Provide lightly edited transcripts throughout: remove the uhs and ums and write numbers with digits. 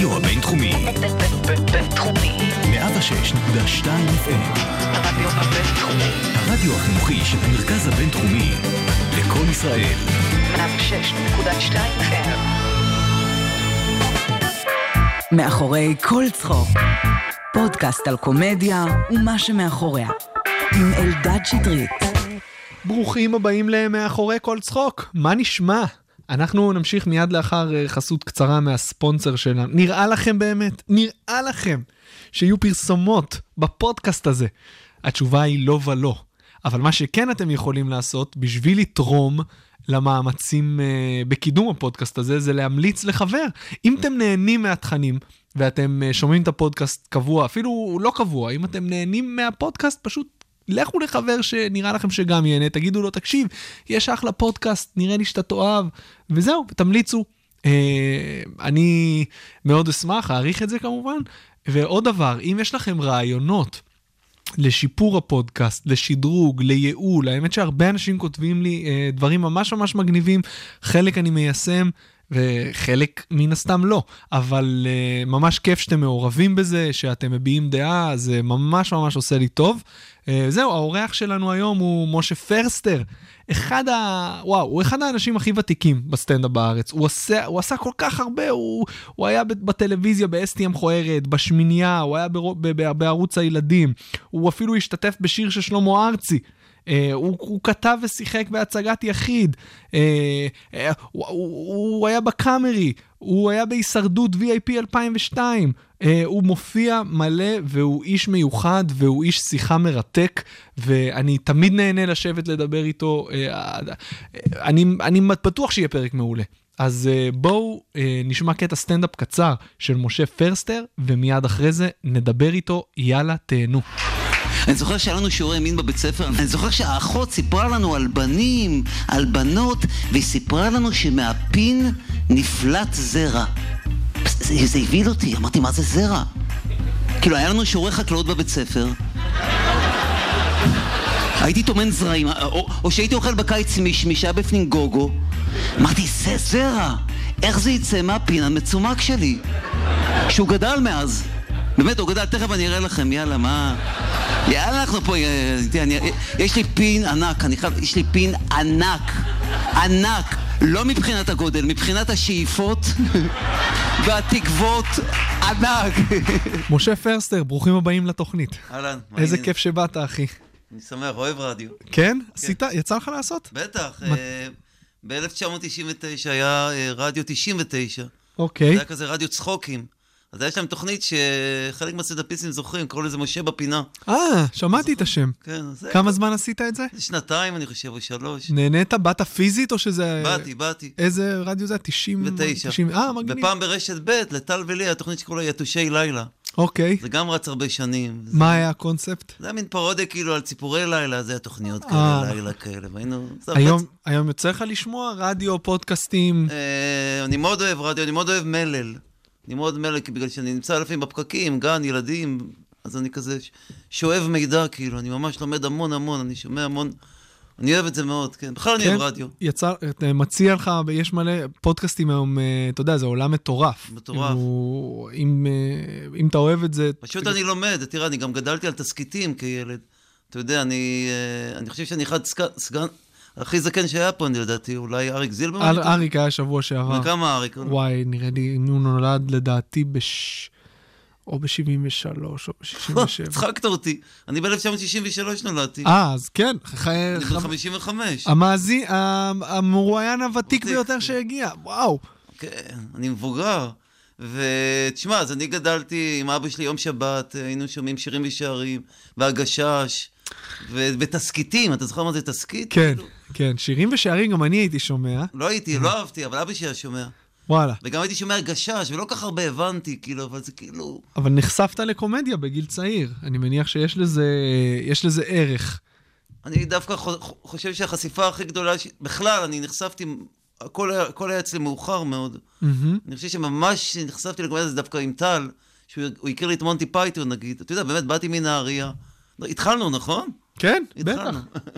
הרדיו הבינתחומי. בינתחומי. 106.2 FM. הרדיו הבינתחומי. הרדיו החינוכי של המרכז הבינתחומי. לכל ישראל. 106.2 FM. מאחורי כל צחוק. פודקאסט על קומדיה ומה שמאחוריה. עם אלדד שטרית. ברוכים הבאים למאחורי כל צחוק. מה נשמע? אנחנו נמשיך מיד לאחר חסות קצרה מהספונסר שלנו. נראה לכם באמת? נראה לכם שיהיו פרסומות בפודקאסט הזה? התשובה היא לא ולא. אבל מה שכן אתם יכולים לעשות בשביל לתרום למאמצים בקידום הפודקאסט הזה, זה להמליץ לחבר. אם אתם נהנים מהתכנים ואתם שומעים את הפודקאסט קבוע, אפילו לא קבוע, אם אתם נהנים מהפודקאסט, פשוט לכו לחבר שנראה לכם שגם ייהנה, תגידו לו, תקשיב, יש אחלה פודקאסט, נראה לי שאתה תאהב, וזהו, תמליצו. אני מאוד אשמח, אעריך את זה כמובן. ועוד דבר, אם יש לכם רעיונות לשיפור הפודקאסט, לשדרוג, לייעול, האמת שהרבה אנשים כותבים לי דברים ממש ממש מגניבים, חלק אני מיישם, וחלק מן הסתם לא, אבל ממש כיף שאתם מעורבים בזה, שאתם מביעים דעה, זה ממש ממש עושה לי טוב. זהו, האורח שלנו היום הוא משה פרסטר, הוא אחד האנשים הכי ותיקים בסטנדאפ בארץ, הוא עשה כל כך הרבה, הוא היה בטלוויזיה באסטי המכוערת, בשמיניה, הוא היה בערוץ הילדים, הוא אפילו השתתף בשיר של שלמה ארצי, הוא כתב ושיחק בהצגת יחיד, הוא היה בקאמרי, הוא היה בהישרדות VIP 2002, הוא מופיע מלא והוא איש מיוחד והוא איש שיחה מרתק, ואני תמיד נהנה לשבת לדבר איתו. אני בטוח שיהיה פרק מעולה. אז בואו נשמע קטע סטנדאפ קצר של משה פרסטר, ומיד אחרי זה נדבר איתו. יאללה, תהנו. אני זוכר שהיה לנו שיעורי מין בבית ספר, אני זוכר שהאחות סיפרה לנו על בנים, על בנות, והיא סיפרה לנו שמהפין נפלט זרע. זה הביל אותי, אמרתי, מה זה זרע? כאילו, היה לנו שיעורי חקלאות בבית ספר, הייתי תומן זרעים, או שהייתי אוכל בקיץ מישמי שהיה בפנים גוגו, אמרתי, זה זרע, איך זה יצא מהפין המצומק שלי? שהוא גדל מאז, באמת, הוא גדל, תכף אני אראה לכם, יאללה, מה... יאללה, אנחנו פה, יש לי פין ענק, יש לי פין ענק, לא מבחינת הגודל, מבחינת השאיפות והתקוות ענק. משה פרסטר, ברוכים הבאים לתוכנית. אהלן. איזה כיף שבאת, אחי. אני שמח, אוהב רדיו. כן? עשית? יצא לך לעשות? בטח, ב-1999 היה רדיו 99. אוקיי. זה היה כזה רדיו צחוקים. אז יש להם תוכנית שחלק מהסטנדאפיסטים זוכרים, קראו לזה משה בפינה. שמעתי את השם. כן. כמה זמן עשית את זה? שנתיים, אני חושב, או 3. נהנית? באת פיזית או שזה... באתי. איזה רדיו זה? 99. מגניב. ופעם ברשת ב' לטל ולי, התוכנית שקראו לה יתושי לילה. אוקיי. זה גם רץ הרבה שנים. מה היה הקונספט? זה היה מין פרודיה כאילו על ציפורי לילה, זה היה תוכניות כאלה, לילה כאלה. היום יוצא לך לשמוע רדיו, פודקאסטים? אני מאוד אוהב רדיו, אני מאוד אוהב מלל. אני מאוד מלא, בגלל שאני נמצא לפעמים בפקקים, גן, ילדים, אז אני כזה שואב מידע, כאילו, אני ממש לומד המון, אני שומע המון, אני אוהב את זה מאוד, כן, בכלל אני אוהב רדיו. מציע לך, יש מלא פודקאסטים היום, אתה יודע, זה עולם מטורף. אם אתה אוהב את זה... פשוט אני לומד, תראה, אני גם גדלתי על תסקיטים כילד, אתה יודע, אני חושב שאני אחד סגן... הכי זקן שהיה פה, אני לדעתי, אולי אריק זילברמן? אריק היה שבוע שעבר. וכמה אריק? וואי, נראה לי, הוא נולד לדעתי או ב-73 או ב-67. צחקת אותי. אני ב-1963 נולדתי. אז כן. אני ב-55. המרואיין הוותיק ביותר שהגיע. וואו. כן, אני מבוגר. ותשמע, אז אני גדלתי עם אבא שלי יום שבת, היינו שומעים שירים ושערים, והגשש. ותסקיטים, אתה זוכר מה זה תסקיט? כן, כן, שירים ושערים גם אני הייתי שומע. לא אהבתי, אבל אבא שלי היה שומע. וואלה. וגם הייתי שומע גשש, ולא כך הרבה הבנתי, כאילו, אבל זה כאילו... אבל נחשפת לקומדיה בגיל צעיר. אני מניח שיש לזה ערך. אני דווקא חושב שהחשיפה הכי גדולה... בכלל, אני נחשפתי... הכל היה אצלי מאוחר מאוד. אני חושב שממש נחשפתי לקומדיה, זה דווקא עם טל, שהוא הכיר לי את מונטי פייתון, נגיד. אתה יודע, באמת, באתי מנהריה. התחלנו, נכון? כן, בטח.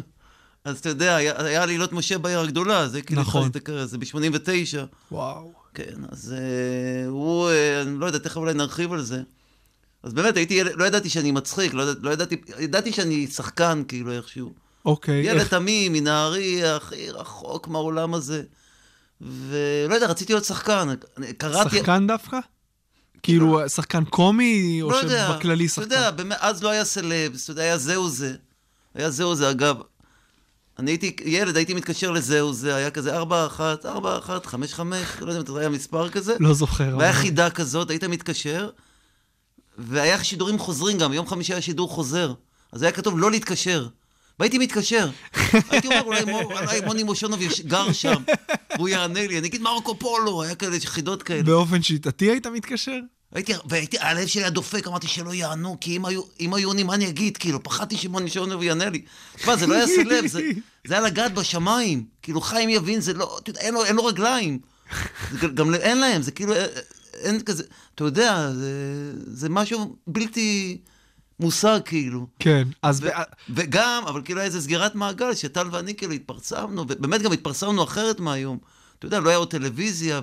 אז אתה יודע, היה לילות משה בעיר הגדולה, זה כאילו נכון. זה ב-89. וואו. כן, אז הוא, אני לא יודע, תכף אולי נרחיב על זה. אז באמת, לא ידעתי שאני מצחיק, ידעתי שאני שחקן, כאילו, איכשהו. אוקיי. ילד תמים, מנהרי, הכי רחוק מהעולם הזה. ולא יודע, רציתי להיות שחקן. שחקן דווקא? כאילו, שחקן קומי, או שבכללי שחקן? אתה יודע, אז לא היה סלבס, אתה יודע, היה זהו זה. היה זהו זה, אגב. אני הייתי ילד, הייתי מתקשר לזהו זה, היה כזה 4-1, 4-1, 5-5, לא יודע אם זה היה מספר כזה. לא זוכר. והיה חידה כזאת, היית מתקשר, והיה שידורים חוזרים גם, יום חמישי היה שידור חוזר. אז היה כתוב לא להתקשר. והייתי מתקשר. הייתי אומר, אולי מוני מושונוב גר שם, והוא יענה לי, אני אגיד מרקו פולו, היה כאלה חידות כאלה. באופן שיטתי היית מתקשר? הלב שלי היה דופק, אמרתי שלא יענו, כי אם היו עונים, מה אני אגיד? כאילו, פחדתי שמוני מושונוב יענה לי. תשמע, זה לא היה סלב, זה היה לגעת בשמיים. כאילו, חיים יבין, זה לא, אין לו רגליים. גם אין להם, זה כאילו, אין כזה, אתה יודע, זה משהו בלתי מושג, כאילו. כן, אז... וגם, אבל כאילו היה איזה סגירת מעגל, שטל ואני כאילו התפרסמנו, ובאמת גם התפרסמנו אחרת מהיום. אתה יודע, לא היה עוד טלוויזיה,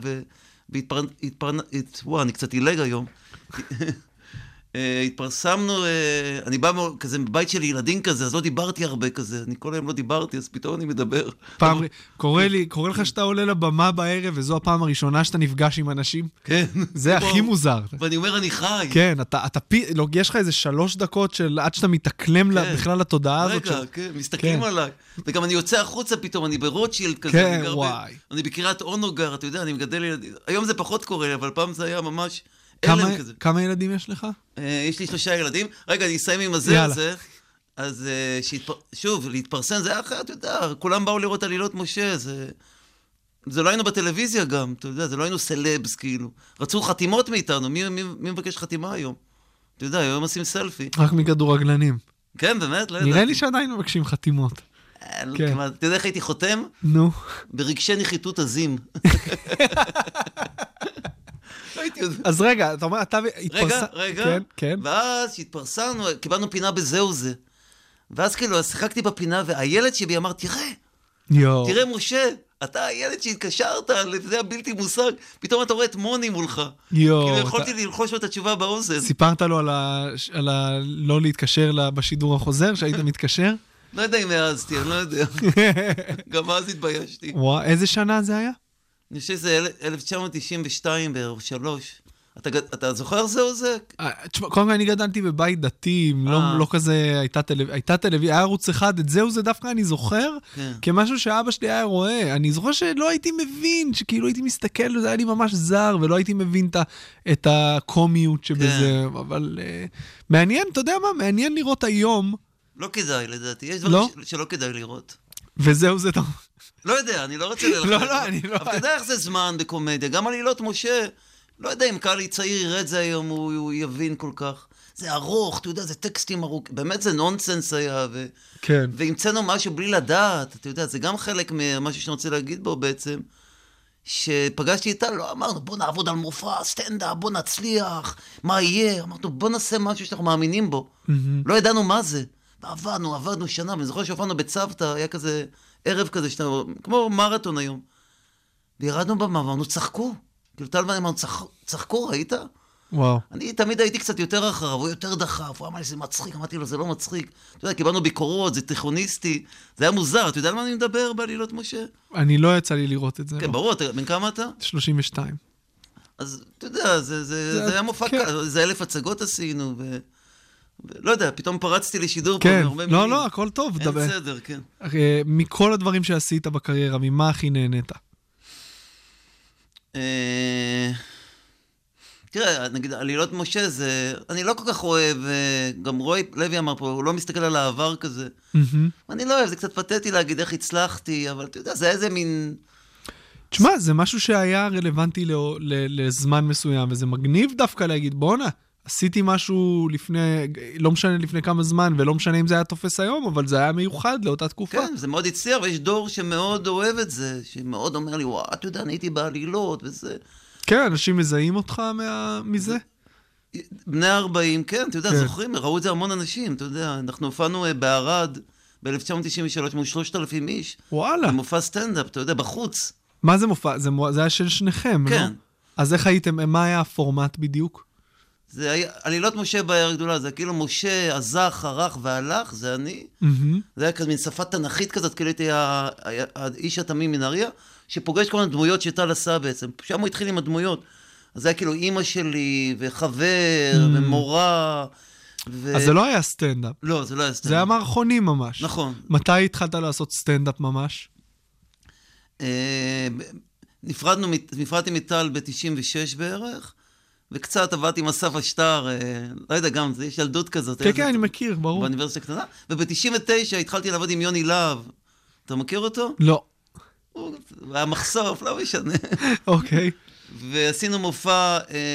וואו, אני קצת אילג היום. התפרסמנו, אני בא כזה מבית של ילדים כזה, אז לא דיברתי הרבה כזה, אני כל היום לא דיברתי, אז פתאום אני מדבר. קורא לך שאתה עולה לבמה בערב, וזו הפעם הראשונה שאתה נפגש עם אנשים? כן. זה הכי מוזר. ואני אומר, אני חי. כן, יש לך איזה 3 דקות של עד שאתה מתאקלם בכלל לתודעה הזאת. רגע, כן, מסתכלים עליי. וגם אני יוצא החוצה פתאום, אני ברוטשילד כזה. כן, וואי. אני בקריית אונו גר, אתה יודע, אני מגדל ילדים. היום זה פחות קורה לי, אבל פעם זה היה ממש... כמה ילדים יש לך? יש לי 3 ילדים. רגע, אני אסיים עם הזה. אז שוב, להתפרסם זה היה אחר, אתה יודע, כולם באו לראות עלילות משה, זה לא היינו בטלוויזיה גם, אתה יודע, זה לא היינו סלבס, כאילו. רצו חתימות מאיתנו, מי מבקש חתימה היום? אתה יודע, היום עושים סלפי. רק מכדורגלנים. כן, באמת? נראה לי שעדיין מבקשים חתימות. אתה יודע איך הייתי חותם? נו. ברגשי נחיתות עזים. אז רגע, אתה אומר, אתה התפרסם... רגע, ואז שהתפרסמנו, קיבלנו פינה בזהו זה. ואז כאילו, שיחקתי בפינה, והילד שבי אמר, תראה משה, אתה הילד שהתקשרת, זה הבלתי מושג, פתאום אתה רואה את מוני מולך. כאילו יכולתי ללחוש לו את התשובה באוזן. סיפרת לו על לא להתקשר בשידור החוזר, שהיית מתקשר? לא יודע אם העזתי, אני לא יודע. גם אז התביישתי. וואו, איזה שנה זה היה? אני חושב שזה 1992 בערך, 3. אתה זוכר זה או זה? תשמע, קודם כל אני גדלתי בבית דתי, לא כזה, הייתה טלוויזיה, היה ערוץ אחד, את זהו זה דווקא אני זוכר, כמשהו שאבא שלי היה רואה. אני זוכר שלא הייתי מבין, שכאילו הייתי מסתכל, זה היה לי ממש זר, ולא הייתי מבין את הקומיות שבזה, אבל מעניין, אתה יודע מה? מעניין לראות היום. לא כדאי לדעתי, יש דברים שלא כדאי לראות. וזהו זה טוב. לא יודע, אני לא רוצה ללכת. לא, אני לא... אבל אתה יודע איך זה זמן בקומדיה, גם עלילות משה, לא יודע אם קהל צעיר יראה את זה היום, הוא יבין כל כך. זה ארוך, אתה יודע, זה טקסטים ארוך, באמת זה נונסנס היה, והמצאנו משהו בלי לדעת, אתה יודע, זה גם חלק ממשהו שאני רוצה להגיד בו בעצם, שפגשתי איתה, לא אמרנו, בוא נעבוד על מופע, סטנדאפ, בוא נצליח, מה יהיה? אמרנו, בוא נעשה משהו שאנחנו מאמינים בו. לא ידענו מה זה. עבדנו שנה, ואני זוכר שהופענו בצוותא, היה כזה ערב כזה, כמו מרתון היום. וירדנו במה, אמרנו, צחקו. כאילו, טל ואני אמרנו, צחקו, ראית? וואו. אני תמיד הייתי קצת יותר אחריו, הוא יותר דחף, הוא אמר לי, זה מצחיק, אמרתי לו, זה לא מצחיק. אתה יודע, קיבלנו ביקורות, זה תיכוניסטי, זה היה מוזר, אתה יודע על מה אני מדבר בעלילות משה? אני לא יצא לי לראות את זה. כן, ברור, בן כמה אתה? 32. אז, אתה יודע, זה היה מופע, זה 1,000 הצגות עשינו, לא יודע, פתאום פרצתי לשידור פה. כן, לא, הכל טוב. אין סדר, כן. מכל הדברים שעשית בקריירה, ממה הכי נהנית? תראה, נגיד, עלילות משה זה... אני לא כל כך אוהב, גם רועי לוי אמר פה, הוא לא מסתכל על העבר כזה. אני לא אוהב, זה קצת פתטי להגיד איך הצלחתי, אבל אתה יודע, זה איזה מין... תשמע, זה משהו שהיה רלוונטי לזמן מסוים, וזה מגניב דווקא להגיד, בואנה, עשיתי משהו לפני, לא משנה לפני כמה זמן, ולא משנה אם זה היה תופס היום, אבל זה היה מיוחד לאותה תקופה. כן, זה מאוד הצליח, ויש דור שמאוד אוהב את זה, שמאוד אומר לי, וואו, אתה יודע, אני הייתי בעלילות, וזה... כן, אנשים מזהים אותך מזה? בני 40, כן, אתה יודע, זוכרים, ראו את זה המון אנשים, אתה יודע, אנחנו הופענו בערד, ב-1993, מול 3,000 איש. וואלה. במופע סטנדאפ, אתה יודע, בחוץ. מה זה מופע? זה היה של שניכם, לא? כן. אז איך הייתם, מה היה הפורמט בדיוק? זה היה, עלילות משה בעיר הגדולה, זה כאילו משה עזח, ערך והלך, זה אני. זה היה כזה מין שפה תנכית כזאת, כאילו הייתי האיש התמים מנהריה, שפוגש כל מיני דמויות שטל עשה בעצם. שם הוא התחיל עם הדמויות. אז זה היה כאילו אימא שלי, וחבר, ומורה. אז זה לא היה סטנדאפ. לא, זה לא היה סטנדאפ. זה היה מערכונים ממש. נכון. מתי התחלת לעשות סטנדאפ ממש? נפרדתי מטל ב-96 בערך, וקצת עבדתי עם אסף אשטר, לא יודע גם, יש ילדות כזאת. כן, אני מכיר, ברור. באוניברסיטה הקטנה, וב-99 התחלתי לעבוד עם יוני להב. אתה מכיר אותו? לא. הוא היה מחשוף, לא משנה. אוקיי. ועשינו מופע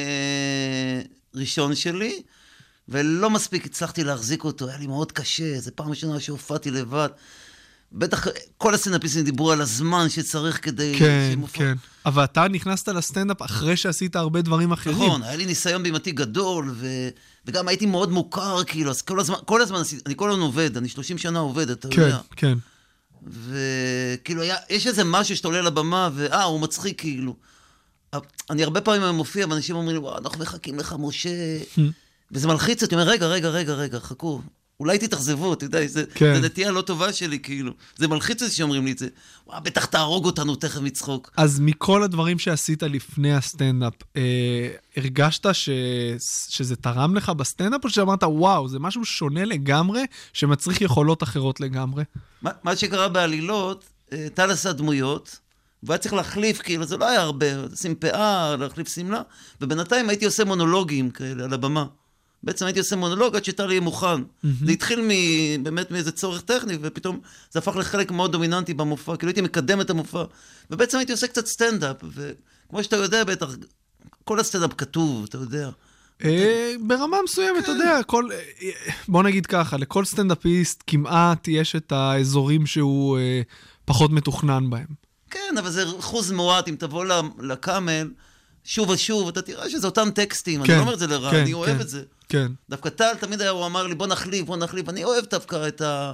ראשון שלי, ולא מספיק הצלחתי להחזיק אותו, היה לי מאוד קשה, זה פעם ראשונה שהופעתי לבד. בטח כל הסטנדאפיסטים דיברו על הזמן שצריך כדי... כן, כן. אבל אתה נכנסת לסטנדאפ אחרי שעשית הרבה דברים אחרים. נכון, היה לי ניסיון בימתי גדול, וגם הייתי מאוד מוכר, כאילו, אז כל הזמן עשיתי, אני כל הזמן עובד, אני 30 שנה עובד, אתה יודע. כן, כן. וכאילו, יש איזה משהו שאתה עולה לבמה, הוא מצחיק, כאילו. אני הרבה פעמים מופיע, ואנשים אומרים לי, וואו, אנחנו מחכים לך, משה. וזה מלחיץ אותי, אומר, רגע, חכו. אולי תתאכזבו, אתה יודע, זה נטייה לא טובה שלי, כאילו. זה מלחיץ אותי שאומרים לי את זה. וואו, בטח תהרוג אותנו תכף מצחוק. אז מכל הדברים שעשית לפני הסטנדאפ, הרגשת שזה תרם לך בסטנדאפ, או שאמרת, וואו, זה משהו שונה לגמרי, שמצריך יכולות אחרות לגמרי? מה שקרה בעלילות, טל עשה דמויות, והיה צריך להחליף, כאילו, זה לא היה הרבה, לשים פאה, להחליף סמלה, ובינתיים הייתי עושה מונולוגים כאלה על הבמה. בעצם הייתי עושה מונולוג עד שטל יהיה מוכן. זה התחיל באמת מאיזה צורך טכני, ופתאום זה הפך לחלק מאוד דומיננטי במופע, כאילו הייתי מקדם את המופע, ובעצם הייתי עושה קצת סטנדאפ, וכמו שאתה יודע בטח, כל הסטנדאפ כתוב, אתה יודע. ברמה מסוימת, אתה יודע, בוא נגיד ככה, לכל סטנדאפיסט כמעט יש את האזורים שהוא פחות מתוכנן בהם. כן, אבל זה אחוז מועט, אם תבוא לקאמל, שוב ושוב, אתה תראה שזה אותם טקסטים, אני לא אומר את זה לרע, אני אוהב את זה. כן. דווקא טל תמיד הוא אמר לי, בוא נחליף, אני אוהב דווקא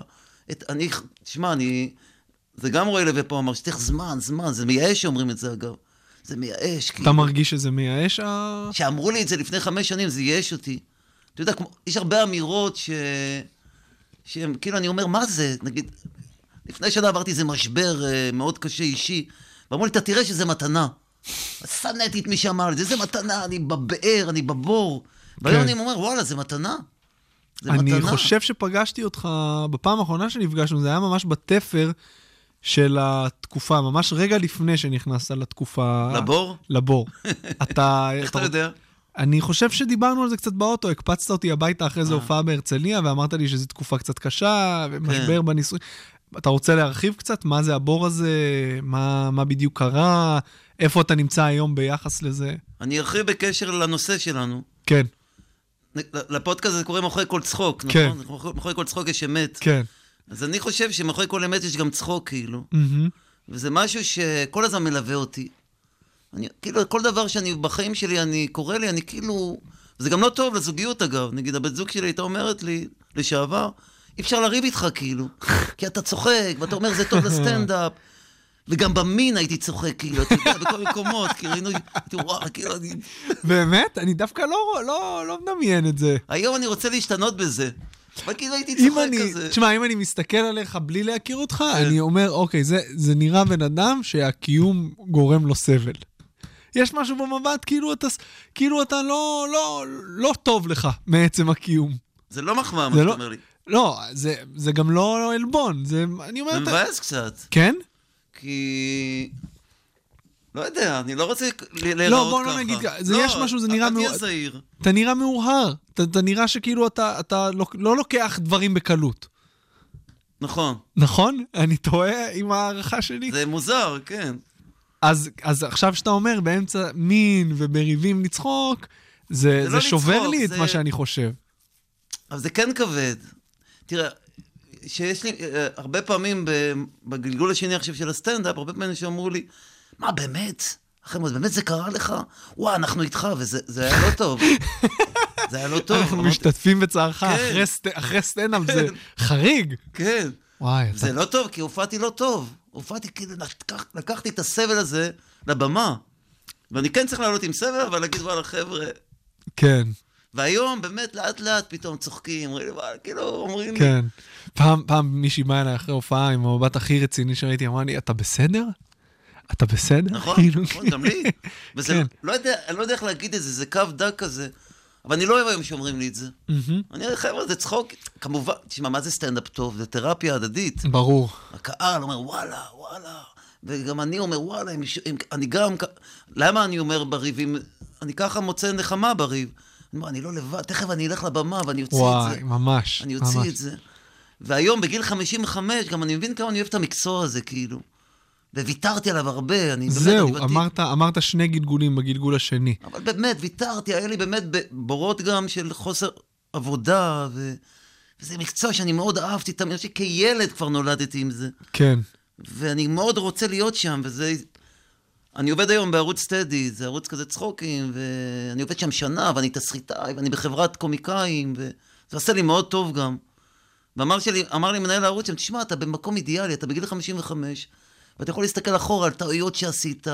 תשמע, זה גם רואה לוי פה, אמר שצריך זמן, זה מייאש שאומרים את זה אגב. זה מייאש. אתה מרגיש שזה מייאש? שאמרו לי את זה לפני 5 שנים, זה ייאש אותי. אתה יודע, יש הרבה אמירות שהם, כאילו אני אומר, מה זה? נגיד, לפני שנה עברתי איזה משבר מאוד קשה אישי, ואמרו לי, אתה תראה שזה מתנה. סנאתי את מי שאמר לי, זה מתנה, אני בבאר, אני בבור. והיום אני אומר, וואלה, זה מתנה. אני חושב שפגשתי אותך, בפעם האחרונה שנפגשנו, זה היה ממש בתפר של התקופה, ממש רגע לפני שנכנסת לתקופה... לבור? לבור. איך אתה יודע? אני חושב שדיברנו על זה קצת באוטו, הקפצת אותי הביתה אחרי זה הופעה בהרצליה, ואמרת לי שזו תקופה קצת קשה, ומשבר בניסוי. אתה רוצה להרחיב קצת? מה זה הבור הזה? מה בדיוק קרה? איפה אתה נמצא היום ביחס לזה? אני ארחיב בקשר לנושא שלנו. כן. לפודקאסט זה קורא מאחורי כל צחוק, כן. נכון? מאחורי כל צחוק יש אמת. כן. אז אני חושב שמאחורי כל אמת יש גם צחוק, כאילו. וזה משהו שכל הזמן מלווה אותי. כאילו, כל דבר שאני בחיים שלי, אני קורא לי, אני כאילו... זה גם לא טוב לזוגיות, אגב. נגיד, הבת זוג שלי הייתה אומרת לי, לשעבר, אי אפשר לריב איתך, כאילו. כי אתה צוחק, ואתה אומר, זה טוב לסטנדאפ. וגם במין הייתי צוחק, כאילו, אתה יודע, בכל מקומות, כאילו, הייתי רואה, כאילו, אני... באמת? אני דווקא לא מדמיין את זה. היום אני רוצה להשתנות בזה. אבל כאילו הייתי צוחק כזה. תשמע, אם אני מסתכל עליך בלי להכיר אותך, אני אומר, אוקיי, זה נראה בן אדם שהקיום גורם לו סבל. יש משהו במבט, כאילו אתה לא טוב לך מעצם הקיום. זה לא מחמאה, מה שאתה אומר לי. לא, זה גם לא אלבון. זה מבאס קצת. כן? כי... לא יודע, אני לא רוצה להיראות ככה. לא, בוא לא נגיד, יש משהו, זה נראה... אתה תהיה זהיר. אתה נראה מאוהר. אתה נראה שכאילו אתה לא לוקח דברים בקלות. נכון. נכון? אני טועה עם הערכה שלי. זה מוזר, כן. אז עכשיו שאתה אומר, באמצע מין ובריבים לצחוק, זה שובר לי את מה שאני חושב. אבל זה כן כבד. תראה, שיש לי הרבה פעמים בגלגול השני עכשיו של הסטנדאפ, הרבה פעמים שאמרו לי, מה באמת? אחרי באמת זה קרה לך? וואו, אנחנו איתך, וזה היה לא טוב. זה היה לא טוב. אנחנו משתתפים בצערך אחרי סטנדאפ, זה חריג. כן. וואי. זה לא טוב, כי הופעתי לא טוב. הופעתי כאילו, לקחתי את הסבל הזה לבמה. ואני כן צריך לעלות עם סבל, אבל להגיד, וואלה, חבר'ה. כן. והיום, באמת, לאט לאט פתאום צוחקים, כאילו, אומרים לי. כן. פעם מישהי באה אליי אחרי הופעה, עם המבט הכי רציני שראיתי, אמרה לי, אתה בסדר? אתה בסדר? נכון, גם לי. וזה, אני לא יודע איך להגיד את זה, זה קו דק כזה. אבל אני לא אוהב היום שאומרים לי את זה. אני אומר, חבר'ה, זה צחוק. כמובן, תשמע, מה זה סטנדאפ טוב? זה תרפיה הדדית. ברור. הקהל אומר, וואלה. וגם אני אומר, וואלה, אני גם... למה אני אומר בריבים? אני ככה מוצא נחמה בריב. אני אומר, אני לא לבד, תכף אני אלך לבמה ואני אוציא את זה. וואי, ממש. אני אוציא את זה. והיום, בגיל 55, גם אני מבין כמה אני אוהב את המקצוע הזה, כאילו. וויתרתי עליו הרבה. זהו, אמרת 2 גלגולים בגלגול השני. אבל באמת, ויתרתי, היה לי באמת בורות גם של חוסר עבודה, וזה מקצוע שאני מאוד אהבתי, תמיד שכילד כבר נולדתי עם זה. כן. ואני מאוד רוצה להיות שם, וזה... אני עובד היום בערוץ סטדי, זה ערוץ כזה צחוקים, ואני עובד שם שנה, ואני תסריטאי, ואני בחברת קומיקאים, וזה עושה לי מאוד טוב גם. ואמר לי מנהל הערוץ, תשמע, אתה במקום אידיאלי, אתה בגיל 55, ואתה יכול להסתכל אחורה על טעויות שעשית,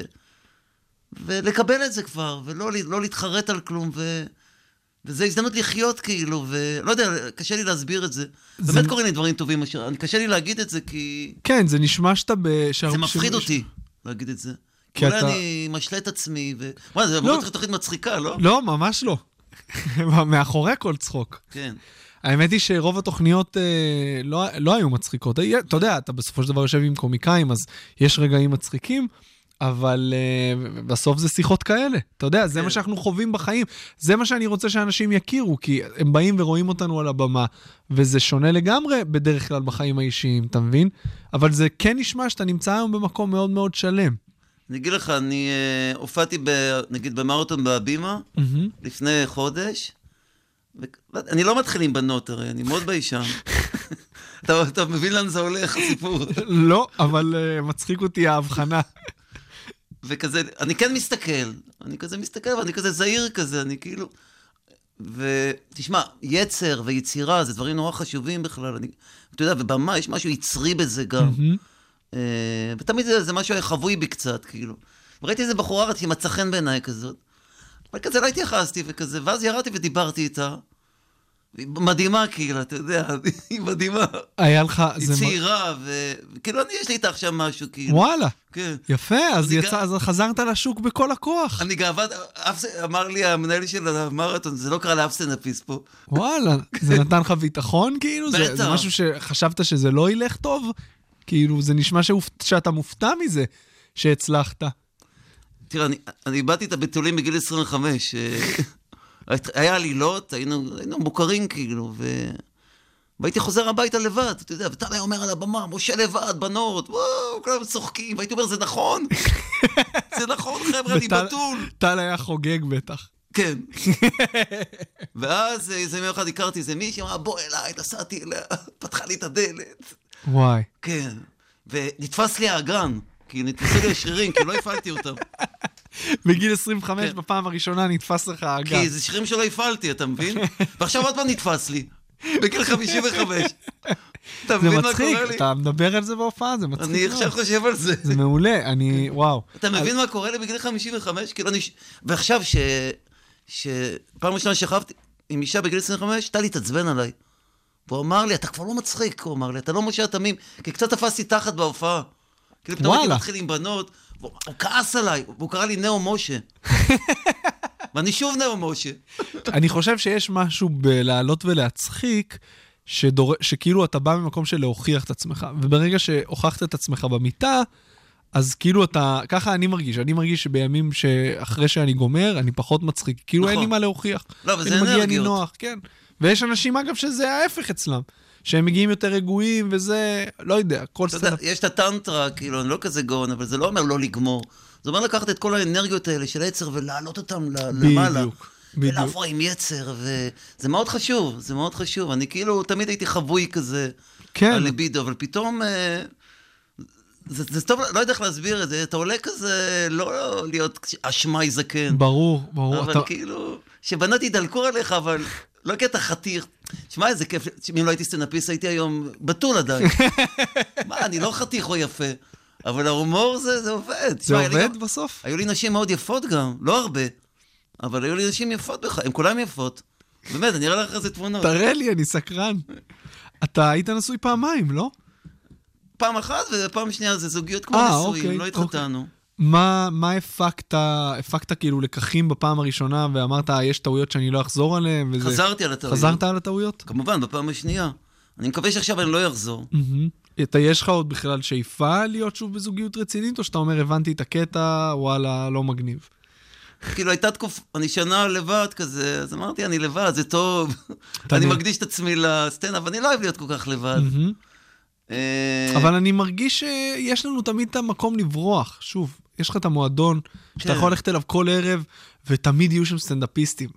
ולקבל את זה כבר, ולא להתחרט על כלום, וזה הזדמנות לחיות כאילו, ולא יודע, קשה לי להסביר את זה. באמת קוראים לי דברים טובים, קשה לי להגיד את זה כי... כן, זה נשמע שאתה זה מפחיד אותי להגיד את זה. אולי אני משלה את עצמי, זה אמור להיות תוכנית מצחיקה, לא? לא, ממש לא. מאחורי כל צחוק. כן. האמת היא שרוב התוכניות לא היו מצחיקות. אתה יודע, אתה בסופו של דבר יושב עם קומיקאים, אז יש רגעים מצחיקים, אבל בסוף זה שיחות כאלה. אתה יודע, זה מה שאנחנו חווים בחיים. זה מה שאני רוצה שאנשים יכירו, כי הם באים ורואים אותנו על הבמה, וזה שונה לגמרי בדרך כלל בחיים האישיים, אתה מבין? אבל זה כן נשמע שאתה נמצא היום במקום מאוד מאוד שלם. אני אגיד לך, אני הופעתי נגיד במרתון בהבימה, לפני חודש, אני לא מתחיל עם בנות, הרי, אני מאוד ביישן. אתה מבין לאן זה הולך, הסיפור? לא, אבל מצחיק אותי ההבחנה. וכזה, אני כן מסתכל, ואני כזה זהיר כזה, אני כאילו... ותשמע, יצר ויצירה, זה דברים נורא חשובים בכלל, אתה יודע, ובמה יש משהו יצרי בזה גם. ותמיד זה משהו חבוי בי קצת, כאילו. וראיתי איזה בחורה רצי מצא חן בעיניי כזאת. אבל כזה לא התייחסתי וכזה, ואז ירדתי ודיברתי איתה. היא מדהימה, כאילו, אתה יודע, היא מדהימה. היה לך... היא צעירה, וכאילו, יש לי איתה עכשיו משהו, כאילו. וואלה. כן. יפה, אז חזרת לשוק בכל הכוח. אני גאווה, אמר לי המנהל של המרתון, זה לא קרה לאף סטנדאפיסט פה. וואלה, זה נתן לך ביטחון, כאילו? זה משהו שחשבת שזה לא ילך טוב? כאילו, זה נשמע שאתה מופתע מזה שהצלחת. תראה, אני באתי את הבתולים בגיל 25, היה עלילות, היינו מוכרים כאילו, והייתי חוזר הביתה לבד, אתה יודע, וטל היה אומר על הבמה, משה לבד, בנות, וואו, כולם צוחקים, והייתי אומר, זה נכון, זה נכון, חבר'ה, אני בתול. טל היה חוגג בטח. כן. ואז איזה יום אחד הכרתי איזה מישהי, אמרה, בוא אליי, נסעתי אליה, פתחה לי את הדלת. וואי. כן, ונתפס לי האגן, כי נתפסו לי השרירים, כי לא הפעלתי אותם. בגיל 25 בפעם הראשונה נתפס לך האגן. כי זה שרירים שלא הפעלתי, אתה מבין? ועכשיו עוד פעם נתפס לי, בגיל 55. זה מצחיק, אתה מדבר על זה בהופעה, זה מצחיק. אני עכשיו חושב על זה. זה מעולה, וואו. אתה מבין מה קורה לי בגיל 55? ועכשיו שפעם ראשונה שכבתי עם אישה בגיל 25, טלי תעצבן עליי. והוא אמר לי, אתה כבר לא מצחיק, הוא אמר לי, אתה לא משה התמים, כי קצת תפסתי תחת בהופעה. כאילו פתאום הייתי מתחיל עם בנות, הוא כעס עליי, והוא קרא לי נאו משה. ואני שוב נאו משה. אני חושב שיש משהו בלעלות ולהצחיק, שכאילו אתה בא ממקום של להוכיח את עצמך, וברגע שהוכחת את עצמך במיטה, אז כאילו אתה, ככה אני מרגיש שבימים שאחרי שאני גומר, אני פחות מצחיק, כאילו אין לי מה להוכיח. לא, אבל זה אנרגיות. כן. ויש אנשים אגב שזה ההפך אצלם, שהם מגיעים יותר רגועים וזה, לא יודע, כל סטנדאפ. יש את הטנטרה, כאילו, אני לא כזה גאון, אבל זה לא אומר לא לגמור. זה אומר לקחת את כל האנרגיות האלה של יצר ולהעלות אותם למעלה. ולעבור עם יצר, וזה מאוד חשוב, זה מאוד חשוב. אני כאילו תמיד הייתי חבוי כזה על ליבידו, אבל פתאום, זה טוב, לא יודע איך להסביר את זה, אתה עולה כזה, לא להיות אשמי זקן. ברור. אבל כאילו, שבנות ידלקו עליך, אבל לא קטע חתיך. תשמע, איזה כיף, אם לא הייתי סטנדאפיסט, הייתי היום בטול עדיין. מה, אני לא חתיך או יפה, אבל ההומור זה עובד. זה עובד בסוף? היו לי נשים מאוד יפות גם, לא הרבה, אבל היו לי נשים יפות בך, הן כולן יפות. באמת, אני אראה לך איזה תמונות. תראה לי, אני סקרן. אתה היית נשוי פעמיים, לא? פעם אחת, ופעם שנייה זה זוגיות כמו נשואים, לא התחתנו. מה הפקת כאילו לקחים בפעם הראשונה, ואמרת, יש טעויות שאני לא אחזור עליהן? חזרתי על הטעויות. חזרת על הטעויות? כמובן, בפעם השנייה. אני מקווה שעכשיו אני לא אחזור. יש לך עוד בכלל שאיפה להיות שוב בזוגיות רצינית, או שאתה אומר, הבנתי את הקטע, וואלה, לא מגניב? כאילו הייתה תקופה, אני שנה לבד כזה, אז אמרתי, אני לבד, זה טוב. אני מקדיש את עצמי לסצנה, אבל אני לא אוהב להיות כל כך לבד. אבל אני מרגיש שיש לנו תמיד את המקום לברוח. שוב, יש לך את המועדון, שאתה יכול ללכת אליו כל ערב, ותמיד יהיו שם סטנדאפיסטים.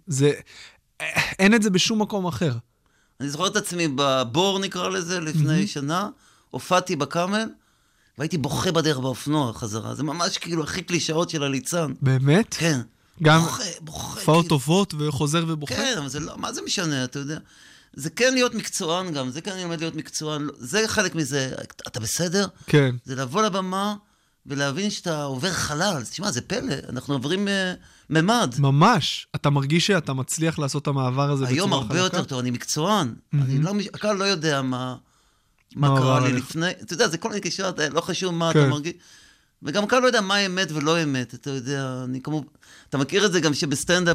אין את זה בשום מקום אחר. אני זוכר את עצמי בבור, נקרא לזה, לפני שנה, הופעתי בקאמל, והייתי בוכה בדרך באופנוע חזרה. זה ממש כאילו הכי קלישאות של הליצן. באמת? כן. גם בוכה. הופעות טובות וחוזר ובוכה? כן, אבל זה לא, מה זה משנה, אתה יודע? זה כן להיות מקצוען גם, זה כן ללמד להיות מקצוען, זה חלק מזה, אתה בסדר? כן. זה לבוא לבמה ולהבין שאתה עובר חלל, תשמע, זה פלא, אנחנו עוברים ממד. ממש, אתה מרגיש שאתה מצליח לעשות את המעבר הזה בצורה חלקה? היום הרבה יותר טוב, אני מקצוען, הקהל לא יודע מה קרה לי לפני, אתה יודע, זה כל מיני קישרות, לא חשוב מה אתה מרגיש, וגם הקהל לא יודע מה אמת ולא אמת, אתה יודע, אתה מכיר את זה גם שבסטנדאפ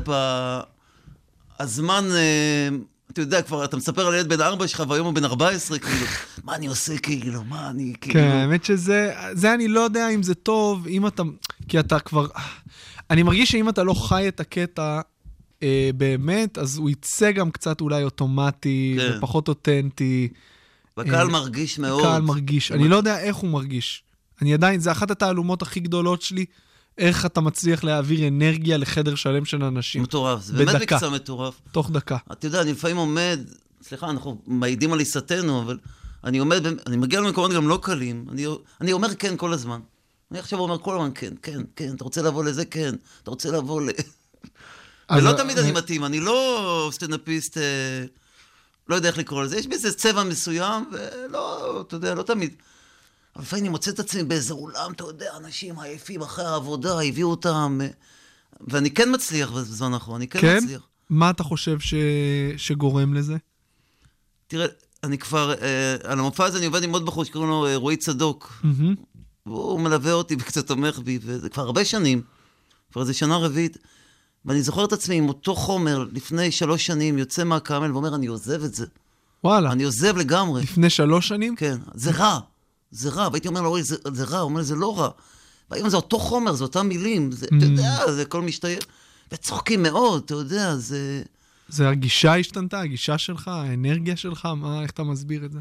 הזמן... אתה יודע, כבר אתה מספר על ילד בן 4 שלך, והיום הוא בן 14, כאילו, מה אני עושה, כאילו, מה אני, כאילו... כן, האמת שזה אני לא יודע אם זה טוב, אם אתה, כי אתה כבר, אני מרגיש שאם אתה לא חי את הקטע באמת, אז הוא יצא גם קצת אולי אוטומטי, ופחות אותנטי. והקהל מרגיש מאוד. הקהל מרגיש, אני לא יודע איך הוא מרגיש. אני עדיין, זה אחת התעלומות הכי גדולות שלי, איך אתה מצליח להעביר אנרגיה לחדר שלם של אנשים. מטורף, זה באמת מקצוע מטורף. תוך דקה. אתה יודע, אני לפעמים עומד, סליחה, אנחנו מעידים על עיסתנו, אבל אני עומד, אני מגיע למקומות גם לא קלים, אני אומר כן כל הזמן. אני עכשיו אומר כל הזמן כן, כן, כן, אתה רוצה לבוא לזה? כן, אתה רוצה לבוא ל... ולא תמיד אני מתאים, אני לא סטנדאפיסט, לא יודע איך לקרוא לזה, יש באיזה צבע מסוים, ולא, אתה יודע, לא תמיד. אבל לפעמים אני מוצא את עצמי באיזה אולם, אתה יודע, אנשים עייפים אחרי העבודה, הביאו אותם, ואני כן מצליח בזמן האחרון, אני כן מצליח. מה אתה חושב שגורם לזה? תראה, אני כבר, על המופע הזה אני עובד עם עוד בחור שקוראים לו רועי צדוק, והוא מלווה אותי וקצת תומך בי, וזה כבר הרבה שנים, כבר איזה שנה רביעית, ואני זוכר את עצמי עם אותו חומר לפני 3 שנים, יוצא מהקאמל ואומר, אני עוזב את זה. וואלה. אני עוזב לגמרי. לפני 3 שנים? כן, זה רע. זה רע, והייתי אומר לו, זה רע, הוא אומר, זה לא רע. והיום זה אותו חומר, זה אותם מילים, אתה יודע, זה כל משתהיה. וצוחקים מאוד, אתה יודע, זה... זה הגישה השתנתה, הגישה שלך, האנרגיה שלך, איך אתה מסביר את זה?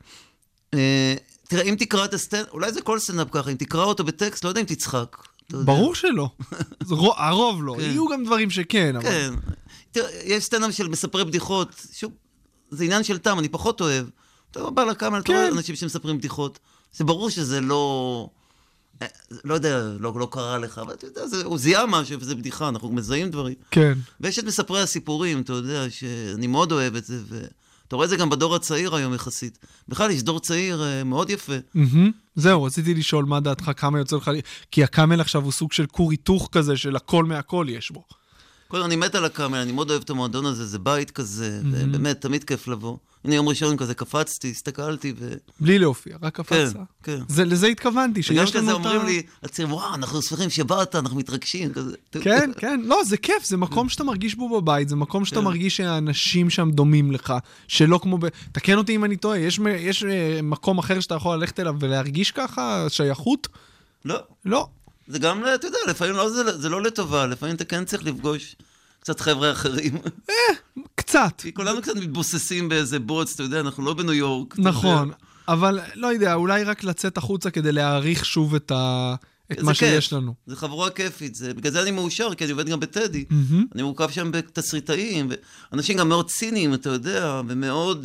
תראה, אם תקרא את הסטנדאפ, אולי זה כל סטנדאפ ככה, אם תקרא אותו בטקסט, לא יודע אם תצחק. ברור שלא. הרוב לא. יהיו גם דברים שכן, אבל... כן. תראה, יש סטנדאפ של מספרי בדיחות, שוב, זה עניין של טעם, אני פחות אוהב. אתה בא לקאמל, אתה רואה אנשים שמספרים בדיחות. זה ברור שזה לא יודע, לא קרה לך, אבל אתה יודע, הוא זיהה משהו, וזה בדיחה, אנחנו מזהים דברים. כן. ויש את מספרי הסיפורים, אתה יודע, שאני מאוד אוהב את זה, ואתה רואה את זה גם בדור הצעיר היום יחסית. בכלל, יש דור צעיר מאוד יפה. זהו, רציתי לשאול מה דעתך, כמה יוצא לך, כי הקאמל עכשיו הוא סוג של כור היתוך כזה, של הכל מהכל יש בו. קודם, אני מת על הקאמל, אני מאוד אוהב את המועדון הזה, זה בית כזה, ובאמת, תמיד כיף לבוא. הנה יום ראשון כזה, קפצתי, הסתכלתי בלי להופיע, רק קפצת. כן. לזה התכוונתי, שיש לנו אותה... וגם כזה אומרים לי, הצעירים, וואו, אנחנו שמחים שבאת, אנחנו מתרגשים, כזה. כן, לא, זה כיף, זה מקום שאתה מרגיש בו בבית, זה מקום שאתה מרגיש שהאנשים שם דומים לך, שלא כמו תקן אותי אם אני טועה, יש מקום אחר שאתה יכול ללכת אליו ולהרגיש ככה, שייכות? לא. זה גם, אתה יודע, לפעמים זה לא לטובה, לפעמים אתה כן צריך לפגוש קצת חבר'ה אחרים. קצת. כי כולנו קצת מתבוססים באיזה בוץ, אתה יודע, אנחנו לא בניו יורק. נכון, אבל לא יודע, אולי רק לצאת החוצה כדי להעריך שוב את מה שיש לנו. זה חברה כיפית, בגלל זה אני מאושר, כי אני עובד גם בטדי. אני מורכב שם בתסריטאים, ואנשים גם מאוד ציניים, אתה יודע, ומאוד...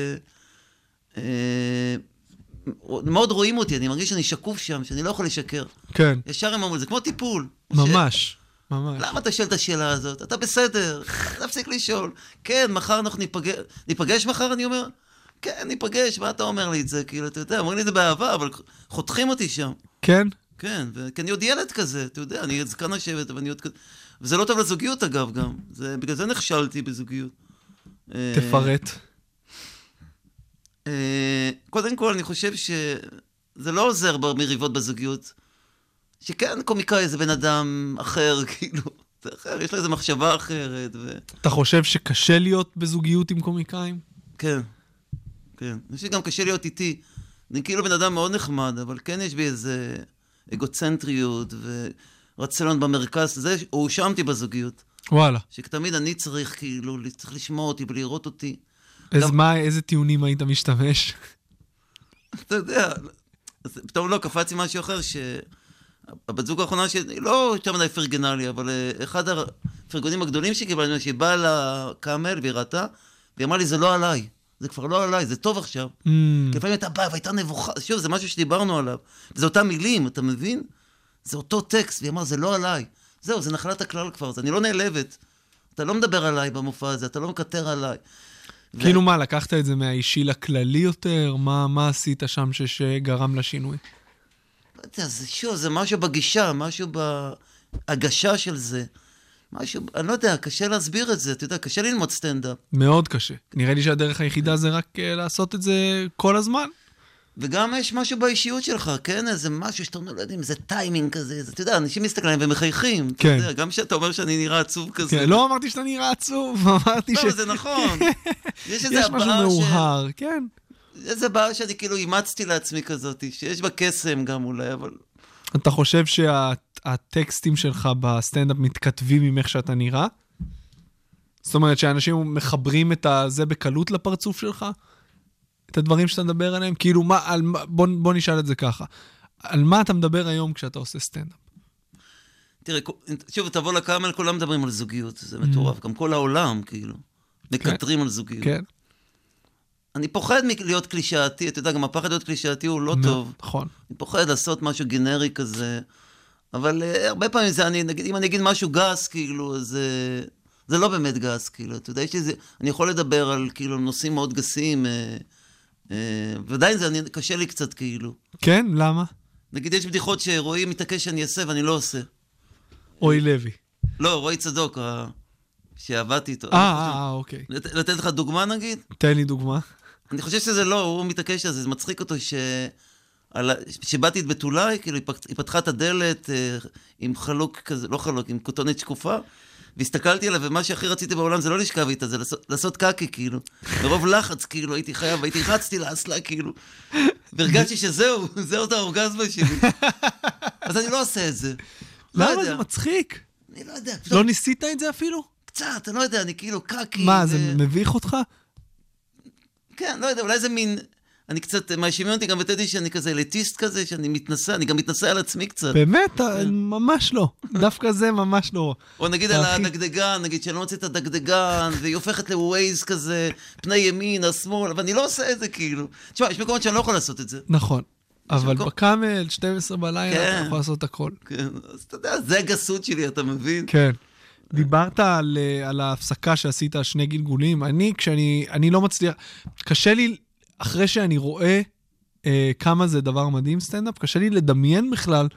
מאוד רואים אותי, אני מרגיש שאני שקוף שם, שאני לא יכול לשקר. כן. ישר הם אומרים, זה כמו טיפול. ממש. ממש. למה אתה שואל את השאלה הזאת? אתה בסדר, תפסיק לשאול. כן, מחר אנחנו ניפגש מחר, אני אומר? כן, ניפגש, מה אתה אומר לי את זה? כאילו, אתה יודע, אומרים לי את זה באהבה, אבל חותכים אותי שם. כן? כן, כי אני עוד ילד כזה, אתה יודע, אני זקן השבט, אבל אני עוד כזה... וזה לא טוב לזוגיות, אגב, גם. בגלל זה נכשלתי בזוגיות. תפרט. קודם כל, אני חושב שזה לא עוזר מריבות בזוגיות. שכן, קומיקאי זה בן אדם אחר, כאילו, זה אחר, יש לו איזו מחשבה אחרת. אתה חושב שקשה להיות בזוגיות עם קומיקאים? כן, כן. אני חושב שגם קשה להיות איתי. אני כאילו בן אדם מאוד נחמד, אבל כן יש בי איזה אגוצנטריות ורצון במרכז. זה הואשמתי בזוגיות. וואלה. שתמיד אני צריך, כאילו, צריך לשמוע אותי ולראות אותי. איזה טיעונים היית משתמש? אתה יודע, פתאום לא, קפצתי משהו אחר הבת זוג האחרונה שלי, לא יותר מדי פרגנה לי, אבל אחד הפרגונים הגדולים שקיבלנו, שהיא באה לקאמל והיא ראתה, והיא אמרה לי, זה לא עליי. זה כבר לא עליי, זה טוב עכשיו. כי לפעמים הייתה באה והייתה נבוכה. שוב, זה משהו שדיברנו עליו. זה אותם מילים, אתה מבין? זה אותו טקסט, והיא אמרה, זה לא עליי. זהו, זה נחלת הכלל כבר. אני לא נעלבת. אתה לא מדבר עליי במופע הזה, אתה לא מקטר עליי. כאילו מה, לקחת את זה מהאישי לכללי יותר? מה עשית שם שגרם לשינוי? לא יודע, שוב, זה משהו בגישה, משהו בהגשה של זה. משהו, אני לא יודע, קשה להסביר את זה, אתה יודע, קשה ללמוד סטנדאפ. מאוד קשה. נראה לי שהדרך היחידה זה רק לעשות את זה כל הזמן. וגם יש משהו באישיות שלך, כן? איזה משהו שאתה לא יודעים, איזה טיימינג כזה, אתה יודע, אנשים מסתכלים ומחייכים. כן. אתה יודע, גם שאתה אומר שאני נראה עצוב כזה. כן, לא אמרתי שאתה נראה עצוב, אמרתי לא, זה נכון. יש משהו מאוהר, כן. איזה בעיה שאני כאילו אימצתי לעצמי כזאת, שיש בה קסם גם אולי, אבל... אתה חושב שהטקסטים שלך בסטנדאפ מתכתבים עם איך שאתה נראה? זאת אומרת שאנשים מחברים את זה בקלות לפרצוף שלך? את הדברים שאתה מדבר עליהם? כאילו, בוא נשאל את זה ככה. על מה אתה מדבר היום כשאתה עושה סטנדאפ? תראה, שוב, תבוא לקאמל, כולם מדברים על זוגיות, זה מטורף, גם כל העולם, כאילו, מקטרים על זוגיות. כן. אני פוחד מלהיות קלישאתי, אתה יודע, גם הפחד להיות קלישאתי הוא לא טוב. נכון. אני פוחד לעשות משהו גנרי כזה, אבל הרבה פעמים זה, אם אני אגיד משהו גס, כאילו, זה לא באמת גס, כאילו, אתה יודע, אני יכול לדבר על, כאילו, נושאים מאוד גסים, ועדיין זה קשה לי קצת, כאילו. כן? למה? נגיד, יש בדיחות שרועי מתעקש שאני אעשה ואני לא עושה. רועי לוי. לא, רועי צדוק, שעבדתי איתו. אוקיי. לתת לך דוגמה, נגיד? תן לי דוגמה. אני חושב שזה לא, הוא מתעקש על זה, זה מצחיק אותו שבאתי את בתולי, כאילו היא פתחה את הדלת עם חלוק כזה, לא חלוק, עם כותונת שקופה, והסתכלתי עליו, ומה שהכי רציתי בעולם זה לא לשכב איתה, זה לעשות קקי, כאילו. ברוב לחץ, כאילו, הייתי חייב, הייתי רצתי לאסלה, כאילו. והרגשתי שזהו, זהו את האורגזמה שלי. אז אני לא עושה את זה. למה זה מצחיק? אני לא יודע. לא ניסית את זה אפילו? קצת, אני לא יודע, אני כאילו קקי. מה, זה מביך אותך? כן, לא יודע, אולי זה מין... אני קצת, מאשימים אותי גם בטדי שאני כזה אליטיסט כזה, שאני מתנסה, אני גם מתנסה על עצמי קצת. באמת? ממש לא. דווקא זה ממש לא. או נגיד על הדגדגן, נגיד שאני לא מוצא את הדגדגן, והיא הופכת לווייז כזה, פני ימין, השמאל, אבל אני לא עושה את זה כאילו. תשמע, יש מקומות שאני לא יכול לעשות את זה. נכון. אבל בקאמל, 12 בלילה, אתה יכול לעשות הכל. כן, אז אתה יודע, זה הגסות שלי, אתה מבין? כן. דיברת על ההפסקה שעשית על 2 גלגולים. אני לא מצליח, קשה לי, אחרי שאני רואה כמה זה דבר מדהים סטנדאפ, קשה לי לדמיין בכלל,